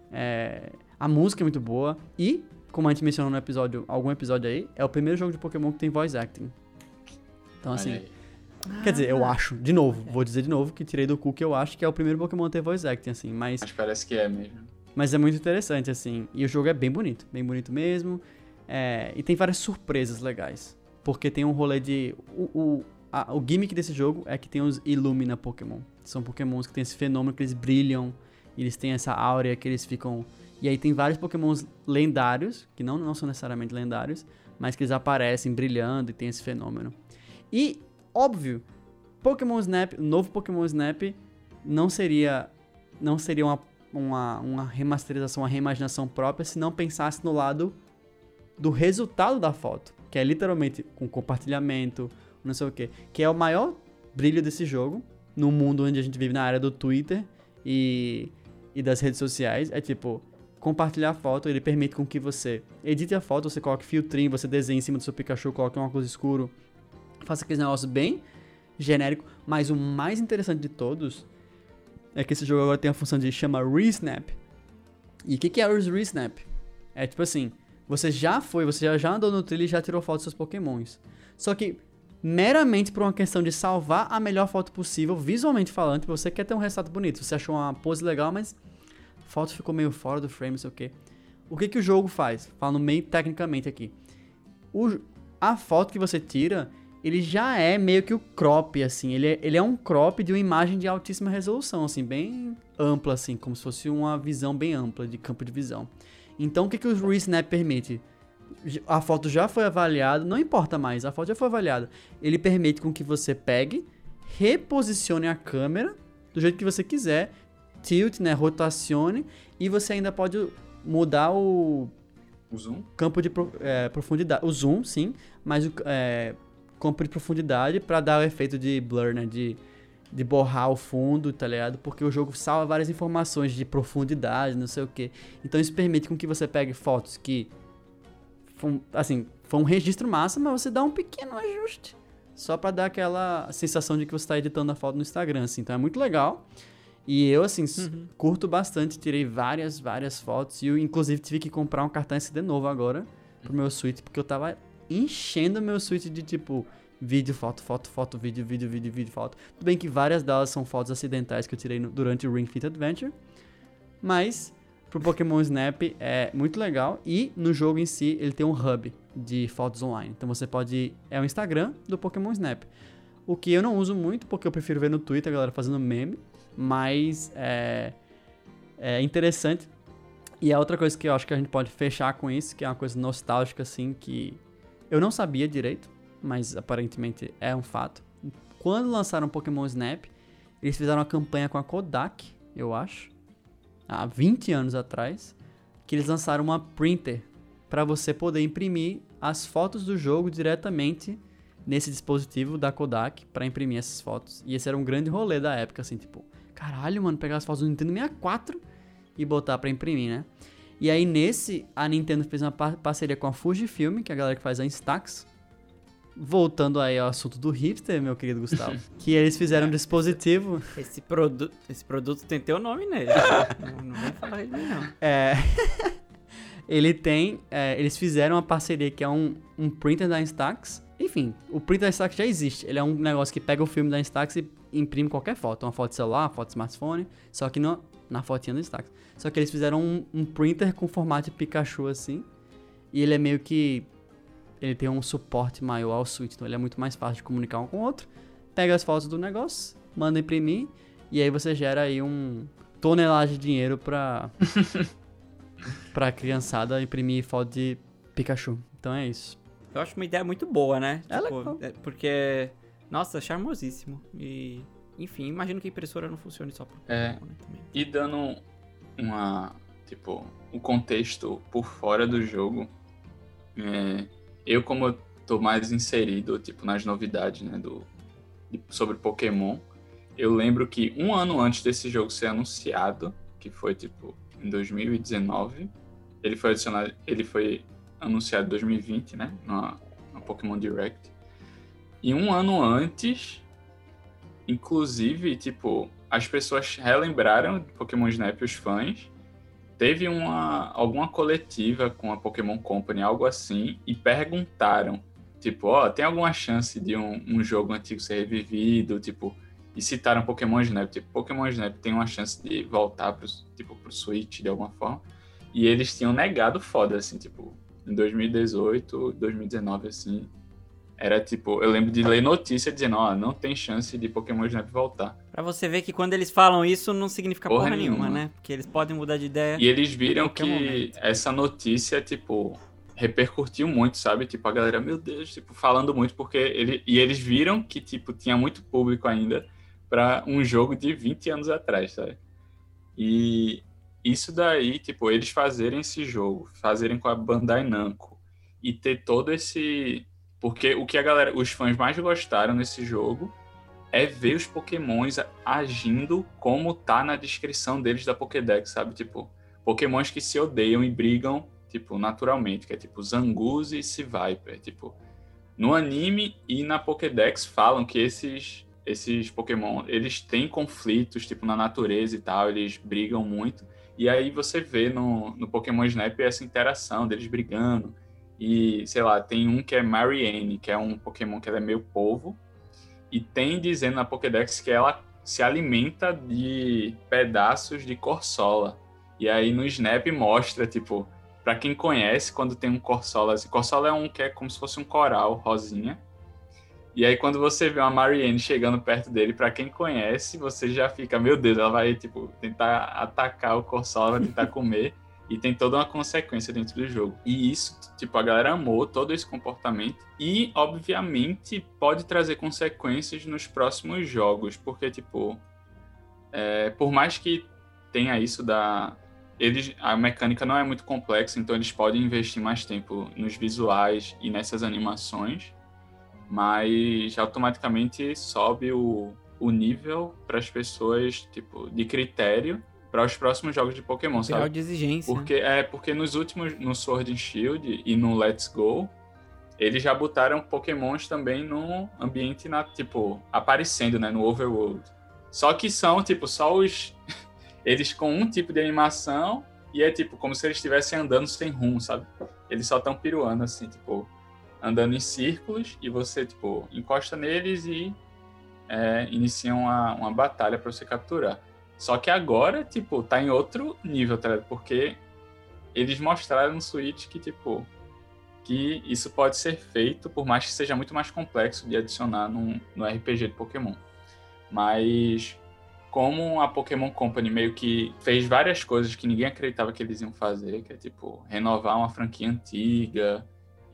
C: É, a música é muito boa e, como a gente mencionou no episódio, algum episódio aí, é o primeiro jogo de Pokémon que tem voice acting. Então,
B: Olha
C: assim,
B: aí.
C: quer dizer, eu acho, de novo, vou dizer de novo que tirei do cu que eu acho que é o primeiro Pokémon a ter voice acting, assim, mas...
B: Mas parece que é mesmo.
C: Mas é muito interessante, assim. E o jogo é bem bonito. Bem bonito mesmo. É, e tem várias surpresas legais. Porque tem um rolê de... O, o, a, o gimmick desse jogo é que tem os Illumina Pokémon. São Pokémons que tem esse fenômeno que eles brilham. E eles têm essa áurea que eles ficam... E aí tem vários Pokémons lendários, que não, não são necessariamente lendários, mas que eles aparecem brilhando e tem esse fenômeno. E, óbvio, Pokémon Snap, o novo Pokémon Snap, não seria, não seria uma, uma, uma remasterização, uma reimaginação própria se não pensasse no lado do resultado da foto, que é literalmente com compartilhamento, não sei o que, que é o maior brilho desse jogo, no mundo onde a gente vive na área do Twitter e, e das redes sociais, é tipo... Compartilhar a foto, ele permite com que você edite a foto, você coloque filtrinho, você desenhe em cima do seu Pikachu, coloque um óculos escuro, faça aquele negócio bem genérico, mas o mais interessante de todos é que esse jogo agora tem a função de chamar Resnap. E o que, que é o Resnap? É tipo assim, você já foi, você já, já andou no trilho e já tirou foto dos seus Pokémons. Só que meramente por uma questão de salvar a melhor foto possível, visualmente falando, você quer ter um resultado bonito, você achou uma pose legal, mas... a foto ficou meio fora do frame, não sei o que. O que que o jogo faz? Falando meio tecnicamente aqui. O, a foto que você tira, ele já é meio que o crop, assim. Ele é, ele é um crop de uma imagem de altíssima resolução, assim, bem ampla, assim. Como se fosse uma visão bem ampla, de campo de visão. Então, o que que o Resnap permite? A foto já foi avaliada, não importa mais, a foto já foi avaliada. Ele permite com que você pegue, reposicione a câmera do jeito que você quiser, tilt, né, rotacione, e você ainda pode mudar o
B: O zoom?
C: campo de pro- é, profundidade, o zoom, sim, mas o é, campo de profundidade para dar o efeito de blur, né, de, de borrar o fundo, tá ligado? Porque o jogo salva várias informações de profundidade, não sei o quê. Então isso permite com que você pegue fotos que, assim, foi um registro massa, mas você dá um pequeno ajuste. Só pra dar aquela sensação de que você tá editando a foto no Instagram, assim. Então é muito legal. E eu, assim, uhum. curto bastante. Tirei várias, várias fotos. E eu, inclusive, tive que comprar um cartão S D novo agora pro meu Switch, porque eu tava enchendo meu Switch de, tipo, vídeo, foto, foto, foto, vídeo, vídeo, vídeo, vídeo, foto. Tudo bem que várias delas são fotos acidentais que eu tirei no, durante o Ring Fit Adventure. Mas, pro Pokémon Snap, é muito legal. E, no jogo em si, ele tem um hub de fotos online. Então, você pode... É o Instagram do Pokémon Snap. O que eu não uso muito, porque eu prefiro ver no Twitter a galera fazendo meme. Mas, é... É interessante. E a outra coisa que eu acho que a gente pode fechar com isso, que é uma coisa nostálgica, assim, que eu não sabia direito, mas aparentemente é um fato. Quando lançaram Pokémon Snap, eles fizeram uma campanha com a Kodak, eu acho, há vinte anos atrás, que eles lançaram uma printer para você poder imprimir as fotos do jogo diretamente nesse dispositivo da Kodak para imprimir essas fotos. E esse era um grande rolê da época, assim, tipo, caralho, mano, pegar as fotos do Nintendo sessenta e quatro e botar pra imprimir, né? E aí nesse, a Nintendo fez uma par- parceria com a Fujifilm, que é a galera que faz a Instax. Voltando aí ao assunto do hipster, meu querido Gustavo. Que eles fizeram um dispositivo...
A: Esse, produ- esse produto tem teu nome nele. não, não vem falar ele não.
C: É... Ele tem... É, eles fizeram uma parceria que é um, um printer da Instax. Enfim, o printer da Instax já existe. Ele é um negócio que pega o filme da Instax e imprime qualquer foto. Uma foto de celular, uma foto de smartphone. Só que no, na fotinha da Instax. Só que eles fizeram um, um printer com formato de Pikachu, assim. E ele é meio que... Ele tem um suporte maior ao Switch. Então ele é muito mais fácil de comunicar um com o outro. Pega as fotos do negócio, manda imprimir. E aí você gera aí um tonelagem de dinheiro pra... pra criançada imprimir foto de Pikachu. Então é isso.
A: Eu acho uma ideia muito boa, né?
C: É
A: tipo,
C: legal.
A: É porque... Nossa, charmosíssimo. E... Enfim, imagino que a impressora não funcione só pro
B: É.
A: Pokémon, né, também.
B: E dando uma, tipo, um contexto por fora do jogo, é, eu como eu tô mais inserido, tipo, nas novidades, né, do, de, sobre Pokémon, eu lembro que um ano antes desse jogo ser anunciado, que foi, tipo, em dois mil e dezenove, ele foi adicionado, ele foi anunciado em dois mil e vinte, né, na, na Pokémon Direct, e um ano antes... Inclusive, tipo, as pessoas relembraram de Pokémon Snap, os fãs. Teve uma, alguma coletiva com a Pokémon Company, algo assim, e perguntaram, tipo, ó, oh, tem alguma chance de um, um jogo antigo ser revivido, tipo, e citaram Pokémon Snap, tipo, Pokémon Snap tem uma chance de voltar pro, tipo, pro Switch de alguma forma. E eles tinham negado foda, assim, tipo, em dois mil e dezoito, dois mil e dezenove, assim... Era tipo, eu lembro de ler notícia dizendo, ó, oh, não tem chance de Pokémon Snap voltar.
A: Pra você ver que quando eles falam isso, não significa porra, porra nenhuma,
B: nenhuma,
A: né? Porque eles podem mudar de ideia.
B: E eles viram que
A: momento.
B: Essa notícia, tipo, repercutiu muito, sabe? Tipo, a galera, meu Deus, tipo, falando muito, porque ele... E eles viram que, tipo, tinha muito público ainda pra um jogo de vinte anos atrás, sabe? E isso daí, tipo, eles fazerem esse jogo, fazerem com a Bandai Namco e ter todo esse... Porque o que a galera, os fãs mais gostaram nesse jogo é ver os Pokémons agindo como tá na descrição deles da Pokédex, sabe? Tipo, Pokémons que se odeiam e brigam, tipo, naturalmente, que é tipo Zangoose e Seviper. Tipo, no anime e na Pokédex falam que esses, esses Pokémon, eles têm conflitos, tipo, na natureza e tal, eles brigam muito. E aí você vê no, no Pokémon Snap essa interação deles brigando. E, sei lá, tem um que é Marianne, que é um Pokémon que ela é meio polvo. E tem dizendo na Pokédex que ela se alimenta de pedaços de Corsola. E aí no Snap mostra, tipo, pra quem conhece, quando tem um Corsola... Assim, Corsola é um que é como se fosse um coral rosinha. E aí quando você vê uma Marianne chegando perto dele, pra quem conhece, você já fica, meu Deus, ela vai, tipo, tentar atacar o Corsola, vai tentar comer. E tem toda uma consequência dentro do jogo. E isso, tipo, a galera amou todo esse comportamento. E, obviamente, pode trazer consequências nos próximos jogos. Porque, tipo, é, por mais que tenha isso da... Eles, a mecânica não é muito complexa, então eles podem investir mais tempo nos visuais e nessas animações. Mas automaticamente sobe o, o nível para as pessoas, tipo, de critério para os próximos jogos de Pokémon,
A: Grau
B: sabe?
A: de exigência.
B: Porque, é, porque nos últimos, no Sword and Shield e no Let's Go, eles já botaram Pokémons também no ambiente, na, tipo, aparecendo, né, no Overworld. Só que são, tipo, só os... eles com um tipo de animação e é, tipo, como se eles estivessem andando sem rumo, sabe? Eles só estão piruando, assim, tipo, andando em círculos e você, tipo, encosta neles e é, inicia uma, uma batalha para você capturar. Só que agora, tipo, tá em outro nível, tá ligado? Porque eles mostraram no Switch que, tipo, que isso pode ser feito, por mais que seja muito mais complexo de adicionar num, no R P G de Pokémon. Mas como a Pokémon Company meio que fez várias coisas que ninguém acreditava que eles iam fazer, que é, tipo, renovar uma franquia antiga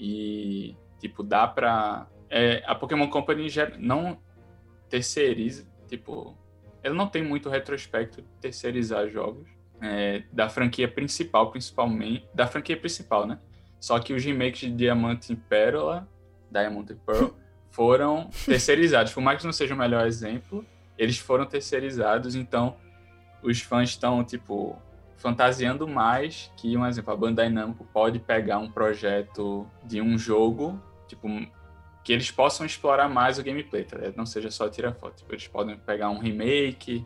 B: e, tipo, dá pra... É, a Pokémon Company já não terceiriza, tipo... Ela não tem muito retrospecto de terceirizar jogos é, da franquia principal, principalmente... Da franquia principal, né? Só que os remakes de Diamante e Pérola, Diamond e Pearl, foram terceirizados. Por mais que não seja o melhor exemplo, eles foram terceirizados, então os fãs estão, tipo, fantasiando mais que, um exemplo, a Bandai Namco pode pegar um projeto de um jogo, tipo, que eles possam explorar mais o gameplay, tá? Não seja só tirar foto. Tipo, eles podem pegar um remake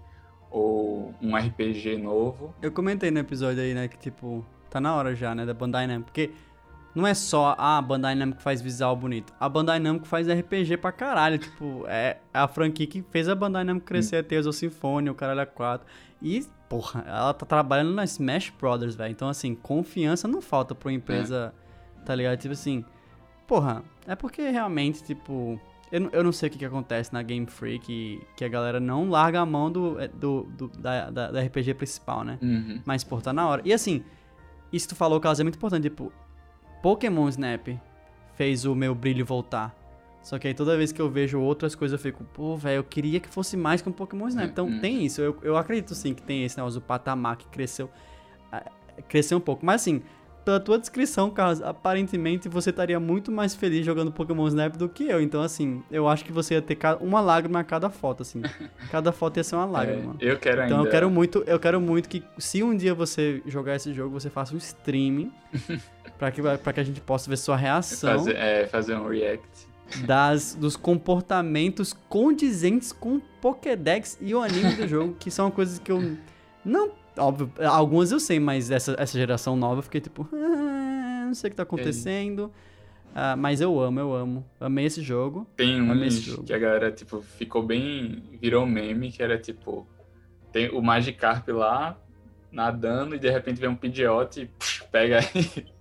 B: ou um R P G novo.
C: Eu comentei no episódio aí, né, que, tipo, tá na hora já, né, da Bandai Namco, porque não é só ah, a Bandai Namco que faz visual bonito. A Bandai Namco faz R P G pra caralho. Tipo, é a franquia que fez a Bandai Namco crescer, hum. Tales of Symphonia, o caralho a quatro. E, porra, ela tá trabalhando na Smash Brothers, velho. Então, assim, confiança não falta pra uma empresa, é. Tá ligado? Tipo assim, porra, é porque realmente, tipo... Eu, eu não sei o que, que acontece na Game Freak, que, que a galera não larga a mão do, do, do, da, da, da R P G principal, né?
B: Uhum.
C: Mas, pô, tá na hora. E, assim, isso que tu falou, Carlos, é muito importante, tipo... Pokémon Snap fez o meu brilho voltar. Só que aí toda vez que eu vejo outras coisas eu fico, pô, velho, eu queria que fosse mais que um Pokémon Snap. Então
B: uhum.
C: tem isso, eu, eu acredito sim que tem esse negócio do patamar que cresceu, cresceu um pouco. Mas assim, pela tua descrição, Carlos, aparentemente você estaria muito mais feliz jogando Pokémon Snap do que eu. Então assim, eu acho que você ia ter uma lágrima a cada foto, assim. Cada foto ia ser uma lágrima.
B: É, eu quero
C: então
B: ainda...
C: eu quero muito, eu quero muito que se um dia você jogar esse jogo, você faça um streaming... Pra que, pra que a gente possa ver sua reação.
B: Fazer, é, fazer um react.
C: Das, dos comportamentos condizentes com o Pokédex e o anime do jogo, que são coisas que eu não... Óbvio, algumas eu sei, mas essa, essa geração nova eu fiquei tipo... Ah, não sei o que tá acontecendo. Ah, mas eu amo, eu amo. Amei esse jogo.
B: Tem
C: amei
B: uns
C: esse jogo.
B: que a galera, tipo, ficou bem... Virou meme, que era tipo... Tem o Magikarp lá, nadando, e de repente vem um Pidgeot e pff, pega aí...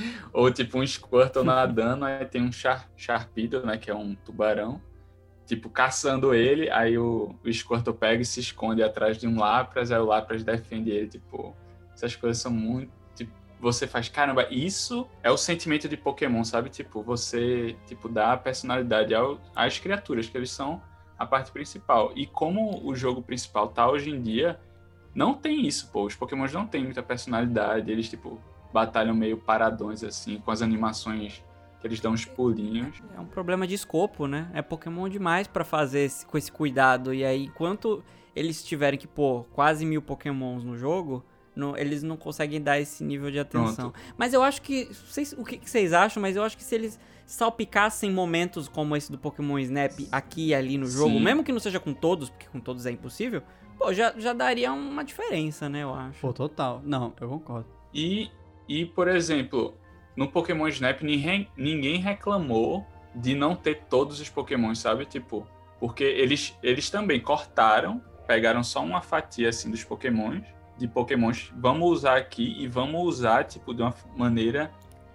B: Ou tipo um Squirtle nadando, aí tem um Char- Sharpedo, né, que é um tubarão, tipo, caçando ele, aí o, o Squirtle pega e se esconde atrás de um Lapras, aí o Lapras defende ele, tipo, essas coisas são muito, tipo, você faz, caramba, isso é o sentimento de Pokémon, sabe? Tipo, você, tipo, dá personalidade ao, às criaturas, que eles são a parte principal. E como o jogo principal tá hoje em dia, não tem isso, pô, os Pokémons não têm muita personalidade, eles, tipo, batalham meio paradões, assim, com as animações que eles dão uns pulinhos.
A: É um problema de escopo, né? É Pokémon demais pra fazer esse, com esse cuidado. E aí, enquanto eles tiverem que pôr quase mil Pokémons no jogo, não, eles não conseguem dar esse nível de atenção.
B: Pronto.
A: Mas eu acho que... Não sei o que, que vocês acham, mas eu acho que se eles salpicassem momentos como esse do Pokémon Snap aqui e ali no jogo,
B: Sim.
A: mesmo que não seja com todos, porque com todos é impossível, pô, já, já daria uma diferença, né, eu acho.
C: Pô, total. Não, eu concordo.
B: E... E, por exemplo, no Pokémon Snap, ninguém, ninguém reclamou de não ter todos os Pokémons, sabe? Tipo, porque eles, eles também cortaram, pegaram só uma fatia, assim, dos Pokémons, de Pokémons, vamos usar aqui e vamos usar, tipo, de uma maneira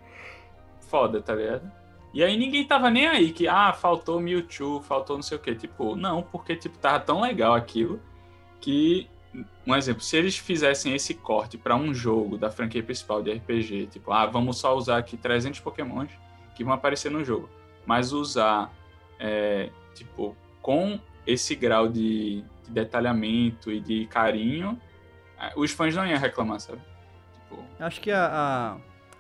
B: foda, tá ligado? E aí ninguém tava nem aí que, ah, faltou Mewtwo, faltou não sei o quê. Tipo, não, porque, tipo, tava tão legal aquilo que... Um exemplo, se eles fizessem esse corte para um jogo da franquia principal de R P G, tipo, ah, vamos só usar aqui trezentos Pokémons que vão aparecer no jogo, mas usar, é, tipo, com esse grau de, de detalhamento e de carinho, os fãs não iam reclamar, sabe? Tipo...
C: Acho que a, a,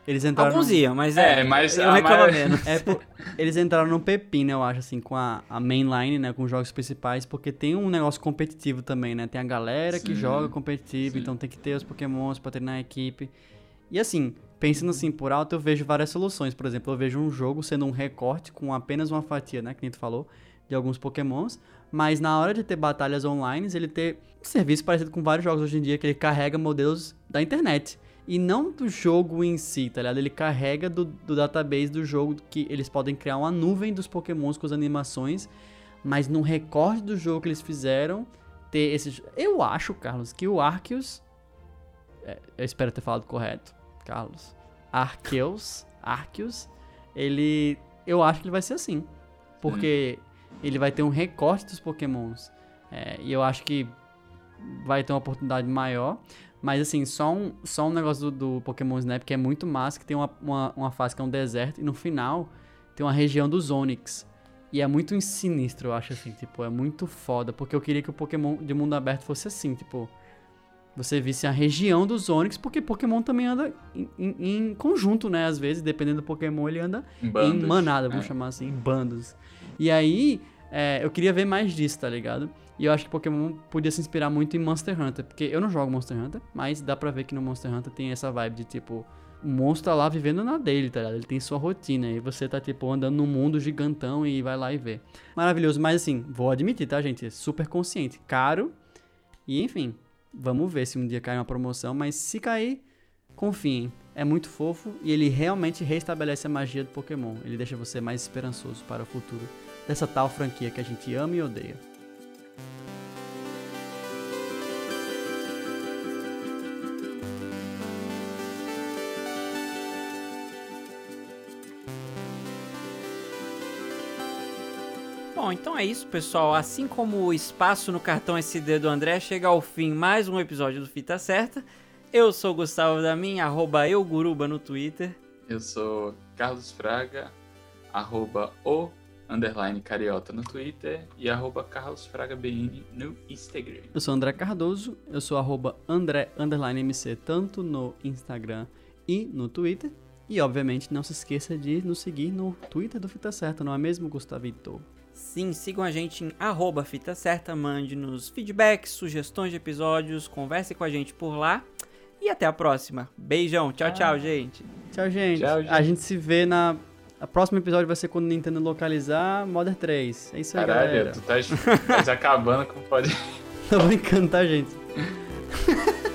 C: Eles entraram
A: Alguns
C: no...
A: iam, mas
B: É,
A: é,
B: mas
A: eu
B: a
A: reclamo
B: maior-
A: menos.
C: É, pô, eles entraram no pepino, eu acho, assim, com a, a mainline, né, com os jogos principais, porque tem um negócio competitivo também, né, tem a galera que
B: Sim,
C: joga competitivo,
B: sim.
C: então tem que ter os pokémons pra treinar a equipe. E assim, pensando assim por alto, eu vejo várias soluções, por exemplo, eu vejo um jogo sendo um recorte com apenas uma fatia, né, que nem tu falou, de alguns pokémons, mas na hora de ter batalhas online, ele ter um serviço parecido com vários jogos hoje em dia, que ele carrega modelos da internet. E não do jogo em si, tá ligado? Ele carrega do, do database do jogo, que eles podem criar uma nuvem dos pokémons com as animações, mas no recorte do jogo que eles fizeram, ter esses... Eu acho, Carlos, que o Arceus... é, eu espero ter falado correto, Carlos. Arceus, Arceus, ele... Eu acho que ele vai ser assim. Porque ele vai ter um recorte dos pokémons. É, e eu acho que vai ter uma oportunidade maior. Mas assim, só um, só um negócio do, do Pokémon Snap que é muito massa, que tem uma, uma, uma fase que é um deserto, e no final tem uma região dos Onix. E é muito sinistro, eu acho assim, tipo, é muito foda, porque eu queria que o Pokémon de mundo aberto fosse assim, tipo, você visse a região dos Onix, porque Pokémon também anda em, em, em conjunto, né, às vezes, dependendo do Pokémon, ele anda
B: Em bandos,
C: em manada, vamos
B: é.
C: chamar assim, em bandos. E aí, é, eu queria ver mais disso, tá ligado? E eu acho que Pokémon podia se inspirar muito em Monster Hunter, porque eu não jogo Monster Hunter, mas dá pra ver que no Monster Hunter tem essa vibe de, tipo, o monstro tá lá vivendo na dele, tá ligado? Ele tem sua rotina, e você tá, tipo, andando num mundo gigantão e vai lá e vê. Maravilhoso, mas assim, vou admitir, tá, gente? É super consciente, caro, e enfim, vamos ver se um dia cai uma promoção, mas se cair, confiem, é muito fofo e ele realmente restabelece a magia do Pokémon. Ele deixa você mais esperançoso para o futuro dessa tal franquia que a gente ama e odeia.
A: Bom, então é isso, pessoal. Assim como o espaço no cartão S D do André, chega ao fim mais um episódio do Fita Certa. Eu sou o Gustavo Damin, arroba euguruba no Twitter.
B: Eu sou Carlos Fraga, arroba o underline cariota no Twitter e arroba Carlos Fraga B N no Instagram.
C: Eu sou André Cardoso, eu sou arroba André underline M C tanto no Instagram e no Twitter. E obviamente não se esqueça de nos seguir no Twitter do Fita Certa, não é mesmo, Gustavito?
A: Sim, sigam a gente em arroba Fita Certa, mande-nos feedbacks, sugestões de episódios, converse com a gente por lá. E até a próxima. Beijão, tchau, tchau, gente.
C: Tchau, gente.
B: Tchau, gente.
C: A gente se vê na... O próximo episódio vai ser quando o Nintendo localizar Modern três. É isso aí,
B: Caralho,
C: galera.
B: tu tá, tá acabando com o podcast.
C: Tô brincando, tá, gente?